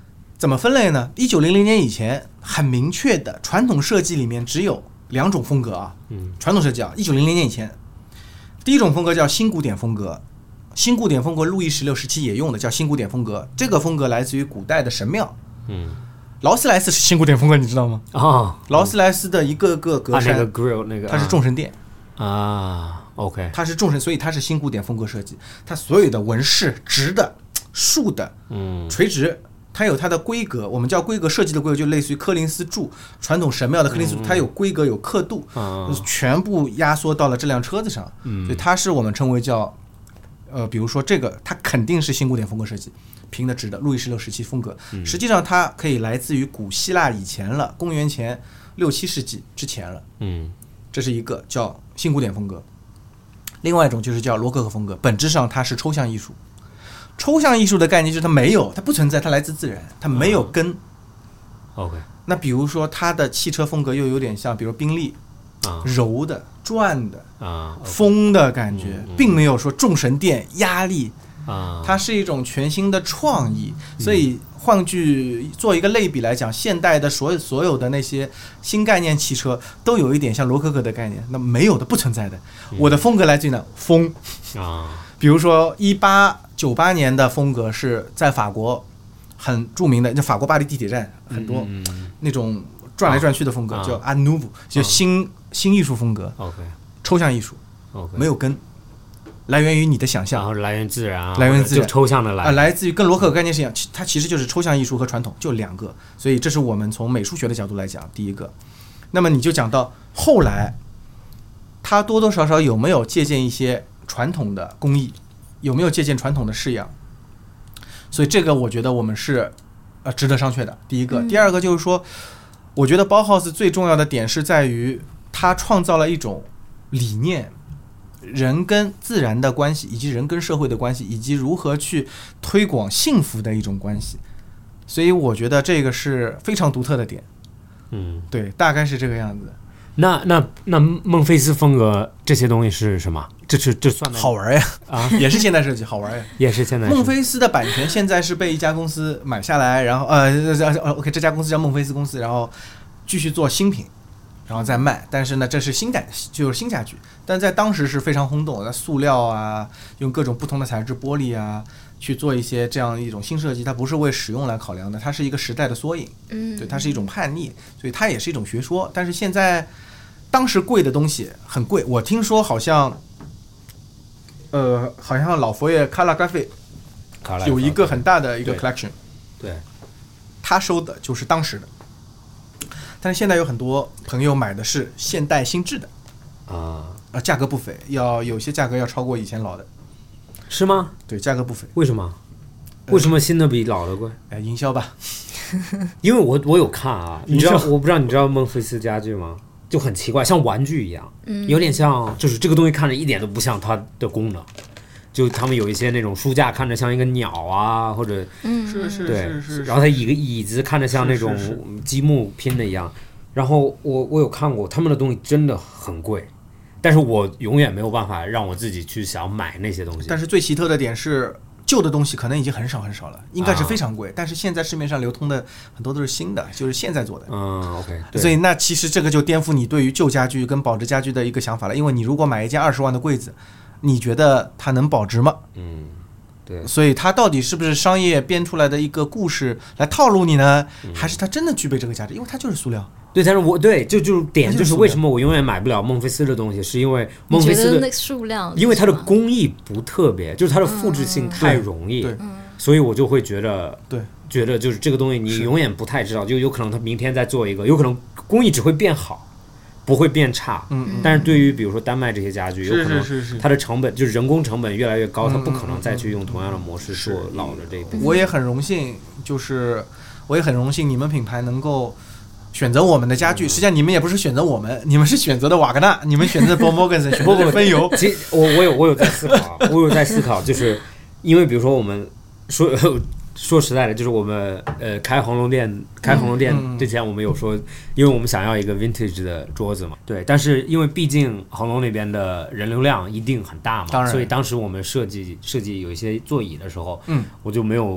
B: 怎么分类呢？一九零零年以前很明确的传统设计里面只有两种风格啊，
C: 嗯，
B: 传统设计啊，一九零零年以前，第一种风格叫新古典风格，新古典风格路易十六时期也用的叫新古典风格，这个风格来自于古代的神庙，
C: 嗯，
B: 劳斯莱斯是新古典风格，你知道吗？
C: 啊，
B: 劳斯莱斯的一个个格栅，
C: 啊那个 grill 那个，
B: 它是众神殿
C: 啊 ，OK，
B: 它是众神，所以它是新古典风格设计，它所有的纹饰直的、竖的、
C: 嗯，
B: 垂直。它有它的规格，我们叫规格设计的规格，就类似于柯林斯柱传统神庙的柯林斯柱，它有规格有刻度，就是全部压缩到了这辆车子上，所以它是我们称为叫，呃，比如说这个，它肯定是新古典风格设计，平的直的，路易十六时期风格，实际上它可以来自于古希腊以前了，公元前六七世纪之前了，
C: 嗯，
B: 这是一个叫新古典风格，另外一种就是叫罗可可风格，本质上它是抽象艺术。抽象艺术的概念就是它没有，它不存在，它来自自然，它没有根。
C: 嗯、OK。
B: 那比如说它的汽车风格又有点像，比如宾利，啊，柔的、转的、
C: 啊，
B: 风的感觉，
C: 嗯嗯、
B: 并没有说众神殿压力。
C: 啊，
B: 它是一种全新的创意。所以换句做一个类比来讲，现代的所有所有的那些新概念汽车都有一点像罗可可的概念，那没有的不存在的。
C: 嗯、
B: 我的风格来自于哪？风
C: 啊。
B: 比如说一八九八年的风格是在法国很著名的，就法国巴黎地铁站很多那种转来转去的风格，
C: 嗯、
B: 叫 Art Nouveau， 就新、嗯、新艺术风格，
C: OK，
B: 抽象艺术，
C: OK，
B: 没有根，来源于你的想象，
C: 然后来源自然，
B: 来源自然，
C: 就抽象的来，
B: 啊，来自于跟罗可可概念是一样，它其实就是抽象艺术和传统，就两个，所以这是我们从美术学的角度来讲第一个。那么你就讲到后来，它多多少少有没有借鉴一些传统的工艺，有没有借鉴传统的式样？所以这个我觉得我们是呃值得商榷的。第一个，第二个就是说，我觉得包豪斯最重要的点是在于他创造了一种理念，人跟自然的关系，以及人跟社会的关系，以及如何去推广幸福的一种关系。所以我觉得这个是非常独特的点。
C: 嗯，
B: 对，大概是这个样子。
C: 那那那孟菲斯风格这些东西是什么？这是这算
B: 好玩呀
C: 啊，
B: 也是现代设计，好玩呀，
C: 也是现代。
B: 孟菲斯的版权现在是被一家公司买下来，然后呃 ，OK， 这家公司叫孟菲斯公司，然后继续做新品，然后再卖。但是呢，这是新家，就是新家具，但在当时是非常轰动的，塑料啊，用各种不同的材质，玻璃啊，去做一些这样一种新设计，它不是为使用来考量的，它是一个时代的缩影，
A: 嗯，
B: 对，它是一种叛逆，所以它也是一种学说。但是现在，当时贵的东西很贵，我听说好像，呃，好像老佛爷卡拉咖啡有一个很大的一个 collection，
C: 对，对，
B: 他收的就是当时的，但是现在有很多朋友买的是现代新制的，
C: 啊，
B: 啊，价格不菲，要有些价格要超过以前老的。
C: 是吗？
B: 对，价格不菲。
C: 为什么？为什么新的比老的贵？
B: 哎，营销吧。
C: 因为我我有看啊，你知道，我不知道你知道孟菲斯家具吗？就很奇怪，像玩具一样，
A: 嗯，
C: 有点像，就是这个东西看着一点都不像它的功能。就他们有一些那种书架看着像一个鸟啊，或者
A: 嗯，
B: 是是
C: 对
B: 是是，
C: 然后它一个椅子看着像那种积木拼的一样。然后我我有看过他们的东西真的很贵。但是我永远没有办法让我自己去想买那些东西。
B: 但是最奇特的点是，旧的东西可能已经很少很少了，应该是非常贵。啊、但是现在市面上流通的很多都是新的，就是现在做的。
C: 嗯 ，OK。
B: 所以那其实这个就颠覆你对于旧家具跟保值家具的一个想法了。因为你如果买一件二十万的柜子，你觉得它能保值吗？
C: 嗯，对。
B: 所以它到底是不是商业编出来的一个故事来套路你呢？嗯、还是它真的具备这个价值？因为它就是塑料。
C: 对，但是我对就就点就是为什么我永远买不了孟菲斯的东西，是因为孟菲斯的
A: 那数量，
C: 因为它的工艺不特别，就是它的复制性太容易，
B: 对，
C: 所以我就会觉得，
B: 对，
C: 觉得就是这个东西你永远不太知道，就有可能它明天再做一个，有可能工艺只会变好，不会变差。
B: 嗯嗯。
C: 但是对于比如说丹麦这些家具，有可能它的成本就是人工成本越来越高，它不可能再去用同样的模式做老的这一部分。
B: 我也很荣幸，就是我也很荣幸你们品牌能够选择我们的家具，实际上你们也不是选择我们，你们是选择的瓦格纳，你们选择 Paul Mogensen， 选择分油。
C: 其实我我有我有在思考，我有在思考，就是因为比如说我们说说实在的，就是我们呃开红龙店开红龙店之前，我们有说，因为我们想要一个 vintage 的桌子嘛，对，但是因为毕竟红龙那边的人流量一定很大嘛，所以当时我们设计设计有一些座椅的时候，
B: 嗯，
C: 我就没有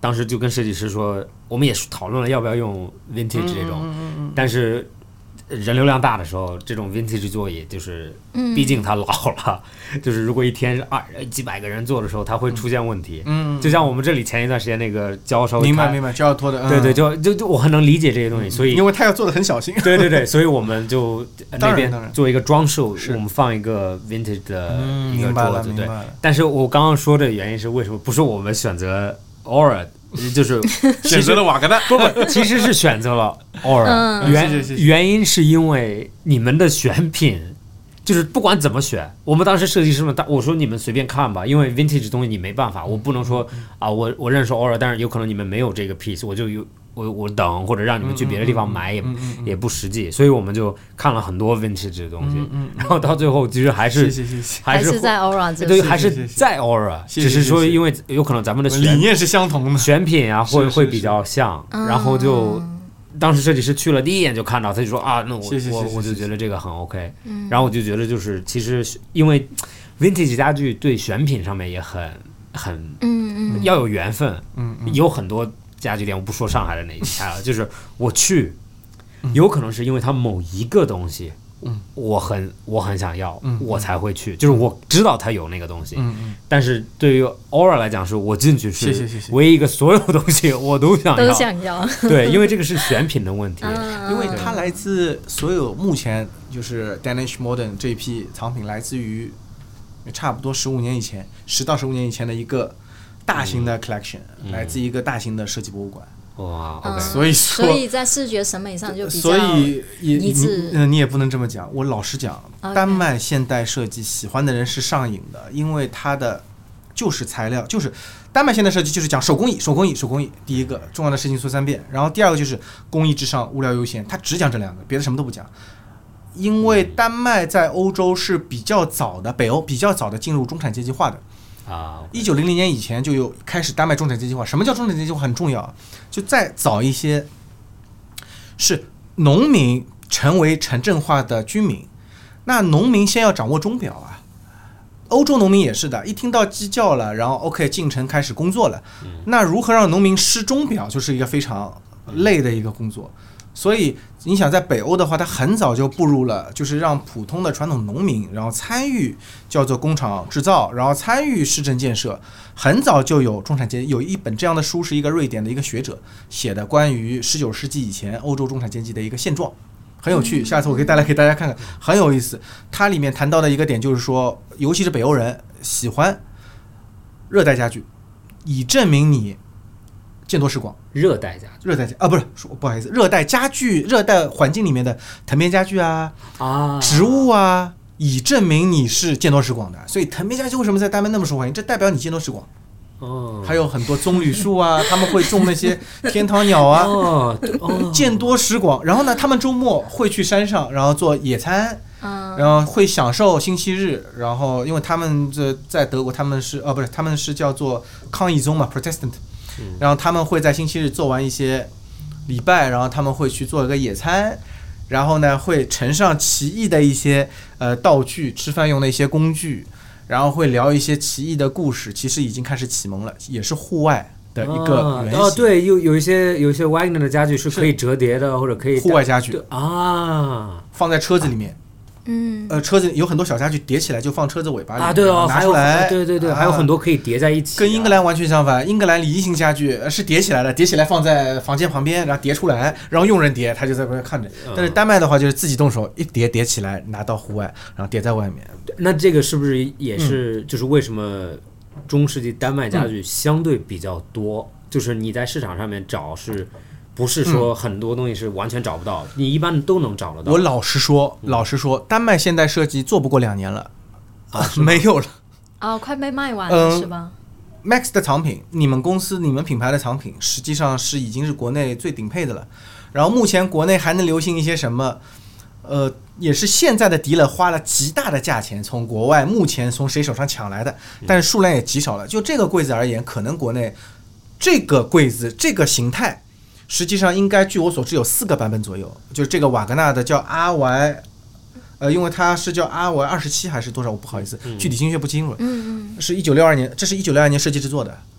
C: 当时就跟设计师说，我们也讨论了要不要用 vintage 这种，
B: 嗯嗯嗯
C: 但是人流量大的时候，这种 vintage 座椅就是，毕竟它老了，嗯、就是如果一天二几百个人坐的时候，它会出现问题。嗯，就像我们这里前一段时间那个胶稍微
B: 明白明白胶要脱的，
C: 嗯、对对，就就就我很能理解这些东西，所以
B: 因为它要做的很小心。
C: 对对对，所以我们就那边做一个装饰，我们放一个 vintage 的一个桌子，对。但是我刚刚说的原因是为什么？不是我们选择 Aura。就是
B: 选择了瓦格纳，
C: 不不，其实是选择了 Aura，嗯、原原因是因为你们的选品，就是不管怎么选，我们当时设计师们，我说你们随便看吧，因为 vintage 东西你没办法，我不能说啊，我我认识 Aura， 但是有可能你们没有这个 piece， 我就有我我等或者让你们去别的地方买也、嗯嗯嗯嗯、也不实际，所以我们就看了很多 vintage 的东西，嗯嗯嗯、然后到最后其实还是
B: 谢谢谢谢
A: 还是在 Aura 这
C: 对，还是在 Aura， 只是说因为有可能咱们的选
B: 理念是相同的，
C: 选品啊会会比较像，然后就。当时设计师去了第一眼就看到，他就说啊，那我
B: 谢谢谢谢
C: 我我就觉得这个很 OK，嗯、然后我就觉得就是其实因为 vintage 家具对选品上面也很很嗯嗯要有缘分，嗯嗯有很多家具店我不说上海的哪一家了，就是我去，有可能是因为它某一个东西。嗯，我很我很想要，嗯、我才会去，就是我知道它有那个东西，嗯嗯、但是对于 Aura 来讲，是我进去是唯一一个所有东西我都想要，
A: 都想要，
C: 对，因为这个是选品的问题，
B: 因为它来自所有目前就是 Danish Modern 这一批藏品，来自于差不多十五年以前，十到十五年以前的一个大型的 collection，嗯、来自一个大型的设计博物馆。
C: 哇 ，OK，、
A: 嗯、
B: 所以说，
A: 所以在视觉审美上就比较
B: 所以也
A: 一致。
B: 你, 你也不能这么讲。我老实讲，
A: okay.
B: 丹麦现代设计喜欢的人是上瘾的，因为它的就是材料，就是丹麦现代设计就是讲手工艺，手工艺，手工艺。第一个重要的事情说三遍，然后第二个就是工艺至上，物料优先，他只讲这两个，别的什么都不讲。因为丹麦在欧洲是比较早的，北欧比较早的进入中产阶级化的。
C: 啊，
B: 一九零零年以前就有开始丹麦中产阶级化。什么叫中产阶级化？很重要，就再早一些，是农民成为城镇化的居民。那农民先要掌握钟表啊，欧洲农民也是的，一听到鸡叫了，然后 OK 进城开始工作了。那如何让农民识钟表，就是一个非常累的一个工作。所以你想在北欧的话，它很早就步入了就是让普通的传统农民然后参与叫做工厂制造，然后参与市政建设，很早就有中产阶级。有一本这样的书是一个瑞典的一个学者写的，关于十九世纪以前欧洲中产阶级的一个现状，很有趣，下次我可以带来给大家看看，很有意思。它里面谈到的一个点就是说，尤其是北欧人喜欢热带家具，以证明你见多识广。
C: 热带家具，
B: 热带家啊，不是，不好意思，热带家具，热带环境里面的藤编家具啊，啊，植物啊，以证明你是见多识广的。所以藤编家具为什么在丹麦那么受欢迎？这代表你见多识广。哦，还有很多棕榈树啊，他们会种那些天堂鸟啊，哦，哦见多识广。然后呢，他们周末会去山上，然后做野餐。然后会享受星期日，然后因为他们这在德国，他们是哦不是，他们是叫做抗议宗嘛 ，Protestant。然后他们会在星期日做完一些礼拜，然后他们会去做一个野餐，然后呢会乘上奇异的一些呃道具，吃饭用的一些工具，然后会聊一些奇异的故事。其实已经开始启蒙了，也是户外的一个原型。
C: 哦，哦对，有有一些有一些 Wagner 的家具是可以折叠的，或者可以
B: 户外家具
C: 啊，
B: 放在车子里面。
A: 嗯，
B: 呃，车子有很多小家具叠起来就放车子尾巴里
C: 啊，对哦，
B: 拿出来，
C: 对对对，
B: 啊，
C: 还有很多可以叠在一起，啊。
B: 跟英格兰完全相反，英格兰礼仪型家具是叠起来的，叠起来放在房间旁边，然后叠出来，然后用人叠，他就在旁边看着。嗯，但是丹麦的话就是自己动手一叠叠起来，拿到户外，然后叠在外面。
C: 那这个是不是也是，嗯，就是为什么中世纪丹麦家具相对比较多？嗯，就是你在市场上面找是。不是说很多东西是完全找不到，嗯，你一般都能找得到。
B: 我老实说，嗯，老实说，丹麦现代设计做不过两年了，
C: 啊，
B: 没有了。
A: 哦，快被卖完了，嗯，是吧
B: ？Max 的藏品，你们公司、你们品牌的藏品，实际上是已经是国内最顶配的了。然后目前国内还能流行一些什么？呃，也是现在的迪勒花了极大的价钱从国外目前从谁手上抢来的，但是数量也极少了。就这个柜子而言，可能国内这个柜子这个形态。实际上应该据我所知有四个版本左右，就是这个瓦格纳的叫 R Y， 呃，因为它是叫 R Y 二十七还是多少，我不好意思，具体精确不清楚了。嗯嗯，是一九六二年，这是一九六二年设计制作的，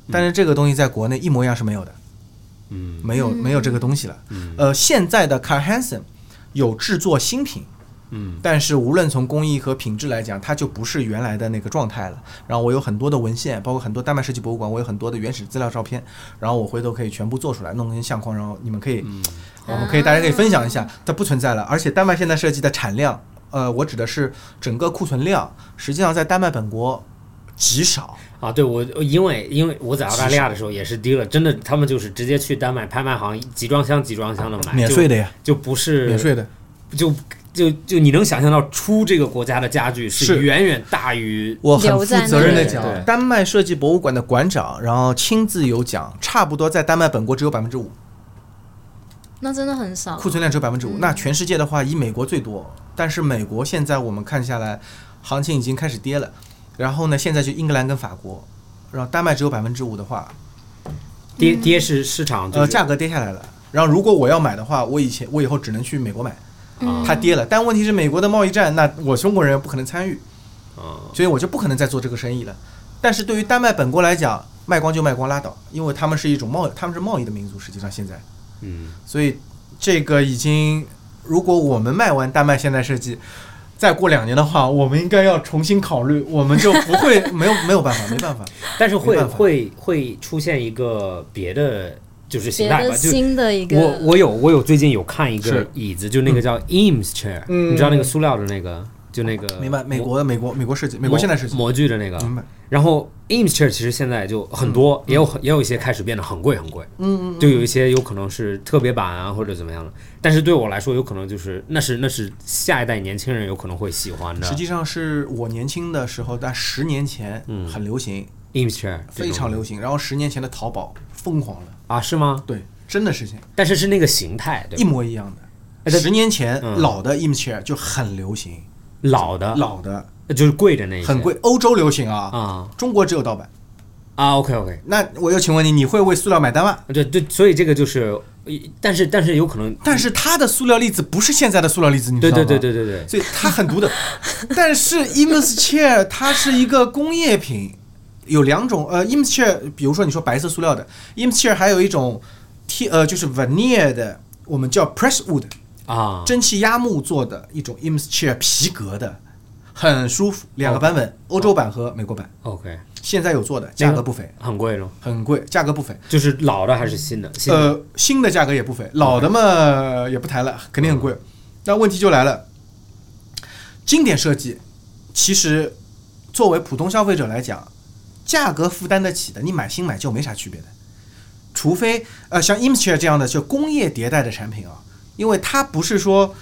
B: 但是这个东西在国内一模一样是没有的，
C: 嗯，
B: 没有没有这个东西了。
C: 嗯
B: 呃，现在的 Carl Hansen 有制作新品。
C: 嗯，
B: 但是无论从工艺和品质来讲，它就不是原来的那个状态了。然后我有很多的文献，包括很多丹麦设计博物馆，我有很多的原始资料照片，然后我回头可以全部做出来，弄成相框，然后你们可以，
C: 嗯、
B: 我们可以大家可以分享一下，它不存在了。而且丹麦现在设计的产量，呃，我指的是整个库存量，实际上在丹麦本国极少。
C: 啊，对我，因为因为我在澳大利亚的时候也是低了，真的，他们就是直接去丹麦拍卖行集装箱集装箱的买，
B: 免税的呀，
C: 就, 就不是
B: 免税的，
C: 就。就就你能想象到出这个国家的家具是远远大于
B: 我很负责任的讲，
C: 对
B: 丹麦设计博物馆的馆长，然后亲自有讲，差不多在丹麦本国只有百分之五，
A: 那真的很少，
B: 库存量只有百分之五。那全世界的话，以美国最多，但是美国现在我们看下来，行情已经开始跌了。然后呢，现在就英格兰跟法国，然后丹麦只有百分之五的话，
C: 跌跌是市场、就是、
B: 呃价格跌下来了。然后如果我要买的话，我以前我以后只能去美国买。它跌了，但问题是美国的贸易战，那我中国人不可能参与，所以我就不可能再做这个生意了。但是对于丹麦本国来讲，卖光就卖光拉倒，因为他们是一种贸，他们是贸易的民族，实际上现在，
C: 嗯，
B: 所以这个已经，如果我们卖完丹麦现代设计，再过两年的话，我们应该要重新考虑，我们就不会没有没有办法，没办法。
C: 但是会会会出现一个别的。就是形态吧，
A: 新的一个。
C: 我我有我有最近有看一个椅子，就那个叫 Eames chair，、嗯、你知道那个塑料的那个，就那个。
B: 明白，美国美国美国设计，美国现代设计
C: 模具的那个。
B: 明白。
C: 然后 Eames chair 其实现在就很多，嗯、也有也有一些开始变得很贵很贵。嗯嗯。就有一些有可能是特别版啊或者怎么样的，但是对我来说有可能就是那是那是下一代年轻人有可能会喜欢的。
B: 实际上是我年轻的时候，在十年前很流行。
C: 嗯Eames chair
B: 非常流行，然后十年前的淘宝疯狂了
C: 啊？是吗？
B: 对，真的是这样。
C: 但是是那个形态，对吧？
B: 一模一样的。十年前、嗯、老的 Eames chair 就很流行，
C: 老的
B: 老的
C: 就是贵的那一些，
B: 很贵。欧洲流行啊，
C: 啊、嗯，
B: 中国只有盗版
C: 啊。OK OK，
B: 那我又请问你，你会为塑料买单吗？
C: 对对，所以这个就是，但是但是有可能，
B: 但是它的塑料粒子不是现在的塑料粒子，你知道吗？
C: 对对对对对对，
B: 所以它很独特。但是 Eames chair 它是一个工业品。有两种，呃 ，Eames chair， 比如说你说白色塑料的 Eames chair， 还有一种贴，呃，就是 veneer 的，我们叫 press wood
C: 啊，
B: 蒸汽压木做的一种 Eames chair， 皮革的，很舒服，两个版本，欧洲版和美国版。
C: OK，
B: 现在有做的，价格不菲，
C: 很贵咯，
B: 很贵，价格不菲。
C: 就是老的还是新的？新的
B: 呃，新的价格也不菲，老的嘛也不谈了，肯定很贵。那问题就来了，经典设计，其实作为普通消费者来讲。价格负担得起的，你买新买旧没啥区别的，除非呃像 Eames chair 这样的就工业迭代的产品啊，因为它不是说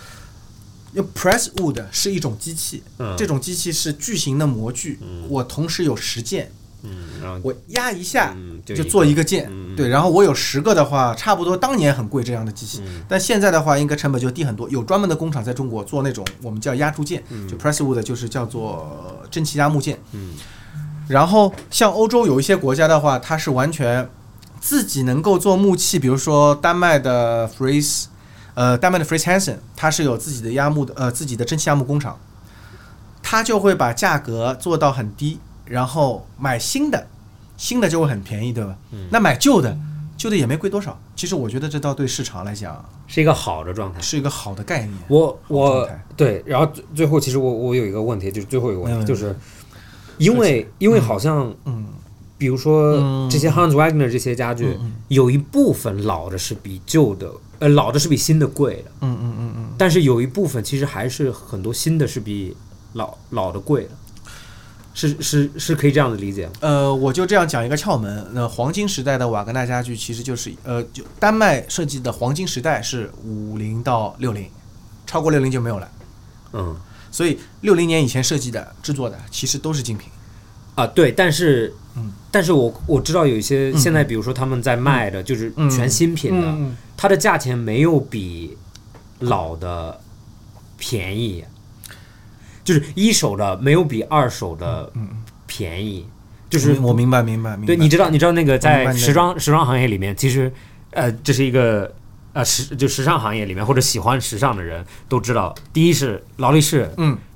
B: press wood 是一种机器，
C: 嗯、
B: 这种机器是巨型的模具，
C: 嗯、
B: 我同时有十件，
C: 嗯、
B: 我压一下、
C: 嗯、
B: 就做一个件，
C: 嗯、
B: 对，然后我有十个的话，差不多当年很贵这样的机器，
C: 嗯、
B: 但现在的话应该成本就低很多，有专门的工厂在中国做那种我们叫压铸件，
C: 嗯、
B: 就 press wood 就是叫做蒸汽压木件，
C: 嗯
B: 然后像欧洲有一些国家的话，它是完全自己能够做木器，比如说丹麦的 Fries， 呃，丹麦的 Fries Hansen， 它是有自己的压木的，呃，自己的蒸汽压木工厂，它就会把价格做到很低，然后买新的，新的就会很便宜，对吧？
C: 嗯、
B: 那买旧的，旧的也没贵多少。其实我觉得这倒对市场来讲
C: 是一个好的状态，
B: 是一个好的概念。
C: 我我对，然后最后其实我我有一个问题，就是最后一个问题就是。因为因为好像，
B: 嗯，
C: 比如说这些 Hans Wagner 这些家具，
B: 嗯、
C: 有一部分老的是比旧的，呃，老的是比新的贵的，
B: 嗯嗯嗯嗯，
C: 但是有一部分其实还是很多新的是比老老的贵的，是是是可以这样的理解吗？
B: 呃，我就这样讲一个窍门，那黄金时代的瓦格纳家具其实就是呃，就丹麦设计的黄金时代是五零到六零，超过六零就没有了，
C: 嗯。
B: 所以六零年以前设计的、制作的，其实都是精品，
C: 啊，对，但是，
B: 嗯，
C: 但是我我知道有一些现在，比如说他们在卖的，就是全新品的，
B: 嗯嗯、
C: 它的价钱没有比老的便宜，就是一手的没有比二手的便宜，
B: 嗯、
C: 就是
B: 我明白明白明白。
C: 对，你知道你知道那个在时装时装行业里面，其实呃，这是一个。呃，时就时尚行业里面或者喜欢时尚的人都知道，第一是劳力士，
B: 嗯，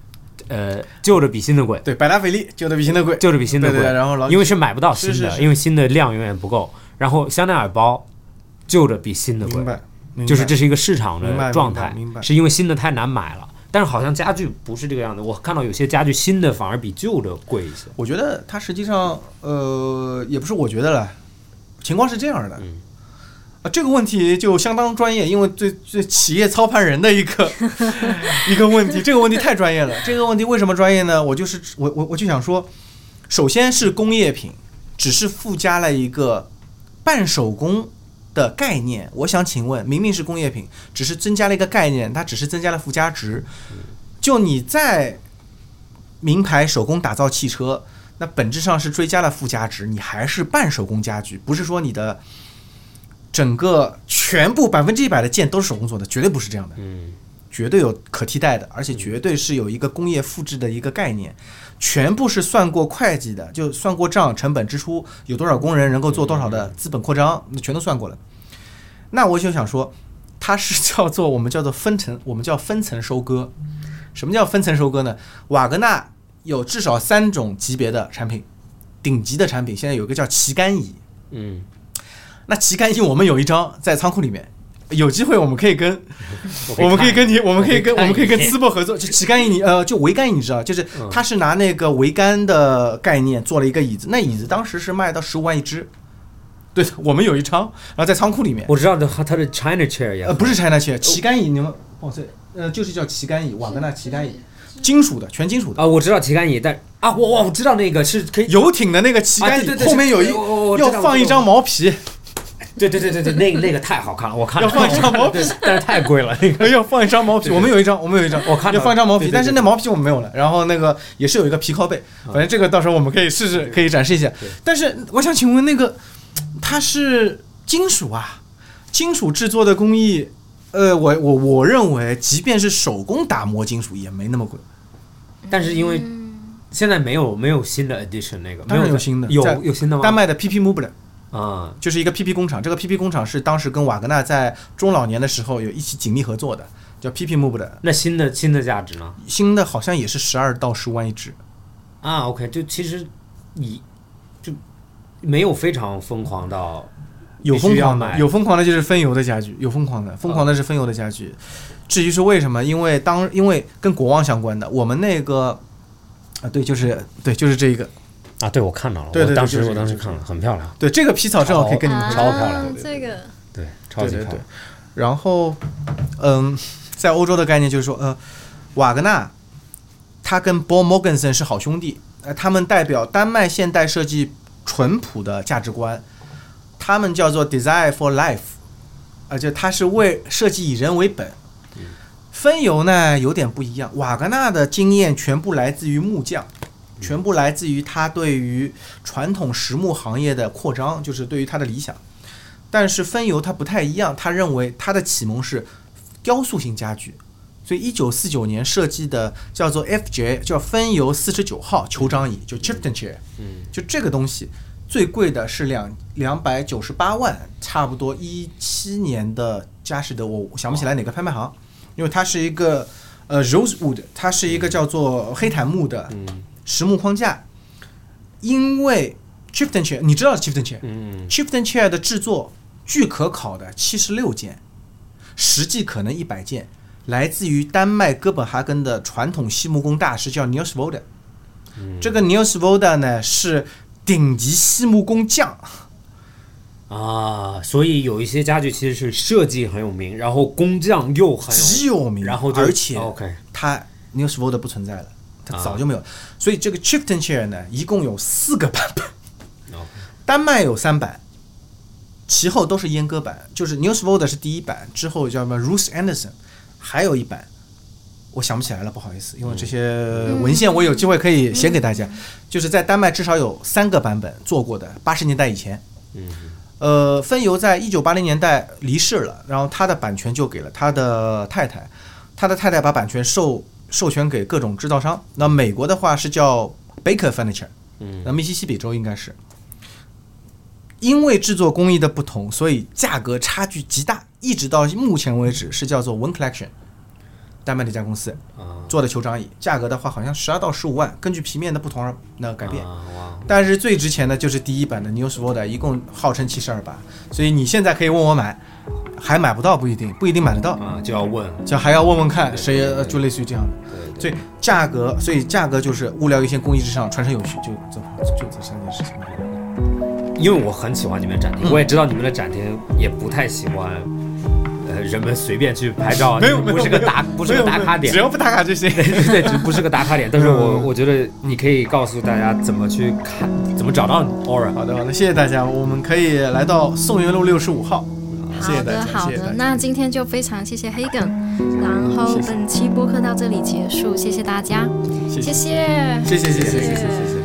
C: 呃旧的比新的贵，
B: 对，百达翡丽旧的比新的贵，
C: 旧的比新的贵，
B: 对对，然后老
C: 因为是买不到新的，
B: 是是是
C: 因为新的量永远不够。然后香奈儿包旧的比新的贵，
B: 明白，明白
C: 就是这是一个市场的状态，
B: 明白明白
C: 是因为新的太难买了。但是好像家具不是这个样子，我看到有些家具新的反而比旧的贵一些。
B: 我觉得它实际上，呃，也不是我觉得了，情况是这样的。
C: 嗯
B: 啊，这个问题就相当专业，因为对对企业操盘人的一个一个问题，这个问题太专业了。这个问题为什么专业呢？我就是我我我就想说，首先是工业品，只是附加了一个半手工的概念。我想请问，明明是工业品，只是增加了一个概念，它只是增加了附加值。就你在名牌手工打造汽车，那本质上是追加了附加值，你还是半手工家具，不是说你的整个全部百分之一百的件都是手工做的，绝对不是这样的。
C: 嗯，
B: 绝对有可替代的，而且绝对是有一个工业复制的一个概念，全部是算过会计的，就算过账，成本支出有多少工人能够做多少的资本扩张，那全都算过了。那我就想说，它是叫做我们叫做分层，我们叫分层收割。什么叫分层收割呢？瓦格纳有至少三种级别的产品，顶级的产品现在有一个叫旗杆椅，
C: 嗯，
B: 那旗杆椅我们有一张在仓库里面。有机会我们可以跟
C: 我
B: 我们可以跟你我们可以跟
C: 我
B: 我们可以跟
C: 资
B: 淄博合作，就旗杆椅你呃就桅杆椅你知道，就是他是拿那个桅杆的概念做了一个椅子，那椅子当时是卖到十五万一只。对，我们有一张，然后在仓库里面。
C: 我知道的，它的 China chair 也
B: 呃不是 China chair， 旗杆椅你们哦对，呃就是叫旗杆椅，瓦格纳旗杆椅，金属的，全金属的
C: 啊，我知道旗杆椅，但啊我我我知道那个是可以
B: 游艇的那个旗杆椅，
C: 啊对对对
B: 后面有一要放一张毛皮。
C: 对对对对对，那个那个太好看了，我看了。
B: 要放一张毛皮，
C: 但是太贵了。那个
B: 要放一张毛皮，我们有一张，我们有一张，
C: 我看
B: 要放一张毛皮，
C: 对对对
B: 但是那毛皮我们没有了。然后那个也是有一个皮靠背，反正这个到时候我们可以试试，可以展示一下。但是我想请问，那个它是金属啊，金属制作的工艺，呃，我我我认为，即便是手工打磨金属也没那么贵。
C: 但是因为现在没有没有新的 edition 那个，
B: 当然有新的，
C: 有有新的吗？
B: 丹麦的 P P Mobile。
C: 啊、嗯，
B: 就是一个 P P 工厂，这个 P P 工厂是当时跟瓦格纳在中老年的时候有一起紧密合作的，叫 P P Move 的。
C: 那新的新的价值呢？
B: 新的好像也是十二到十万一只。
C: 啊 ，OK， 就其实你就没有非常疯狂到
B: 有疯狂的，有疯狂的就是分油的家具，有疯狂的，疯狂的是分油的家具。至于是为什么？因为当因为跟国王相关的，我们那个啊，对，就是对，就是这一个。
C: 啊，对，我看到了，
B: 对对对，
C: 我当时、
B: 就是、
C: 我当时看了，很漂亮。
B: 对，这个皮草正好可以跟你们
C: 超漂亮，
A: 啊、这个
C: 对，超级漂亮。
B: 对对对。然后，嗯，在欧洲的概念就是说，呃，瓦格纳他跟 Paul Mogensen 是好兄弟，呃，他们代表丹麦现代设计淳朴的价值观，他们叫做 Design for Life， 而且他是为设计以人为本。分油呢有点不一样，瓦格纳的经验全部来自于木匠。全部来自于他对于传统实木行业的扩张，就是对于他的理想。但是分油他不太一样，他认为他的启蒙是雕塑型家具，所以一九四九年设计的叫做 F J， 叫分油四十九号酋长椅，就 Chieftain Chair， 就这个东西最贵的是两两百九十八万，差不多一七年的佳士得，我想不起来哪个拍卖行，因为它是一个呃 Rosewood， 它是一个叫做黑檀木的。实木框架，因为 Chieftain Chair 你知道 Chieftain Chair，
C: 嗯
B: Chieftain Chair 的制作据可考的七十六件，实际可能一百件，来自于丹麦哥本哈根的传统细木工大师叫 Niels Voda，嗯、这个 Niels Voda 呢是顶级细木工匠
C: 啊，所以有一些家具其实是设计很有名，然后工匠又很
B: 极有名，
C: 然后
B: 而且
C: OK，
B: 他 Niels Voda 不存在了。它早就没有，啊、所以这个 Chieftain Chair 呢，一共有四个版本，
C: okay.
B: 丹麦有三版，其后都是阉割版，就是 Niels Voda 是第一版，之后叫什么 Ruth Anderson， 还有一版，我想不起来了，不好意思，因为这些文献我有机会可以写给大家，嗯、就是在丹麦至少有三个版本做过的，八十年代以前，
C: 嗯、
B: 呃，分油在一九八零年代离世了，然后他的版权就给了他的太太，他的太太把版权授。授权给各种制造商，那美国的话是叫 Baker Furniture， 那密西西比州应该是，因为制作工艺的不同，所以价格差距极大，一直到目前为止是叫做 One Collection， 丹麦的一家公司做的酋长椅，价格的话好像十二到十五万，根据皮面的不同而那改变。但是最值钱的就是第一版的 Newswood， 一共号称七十二把，所以你现在可以问我买，还买不到不一定，不一定买得到
C: 啊，就要问，
B: 就还要问问看谁，就类似于这样的。所以价格，所以价格就是物料优先，工艺至上，传承有序，就这就这三件事情。
C: 因为我很喜欢你们展厅，嗯、我也知道你们的展厅也不太喜欢。呃，人们随便去拍照，
B: 没有，
C: 不是个打，不是个打卡点，
B: 只要不打卡就行。
C: 对对对，不是个打卡点。但是我我觉得你可以告诉大家怎么去看，怎么找到 Aura。
B: 好的好的，谢谢大家，我们可以来到宋元路六十五号。谢谢大家。
A: 好的好的，那今天就非常谢谢 Hagen， 然后本期播客到这里结束，谢谢大家，谢谢
B: 谢谢谢谢谢谢谢谢谢谢。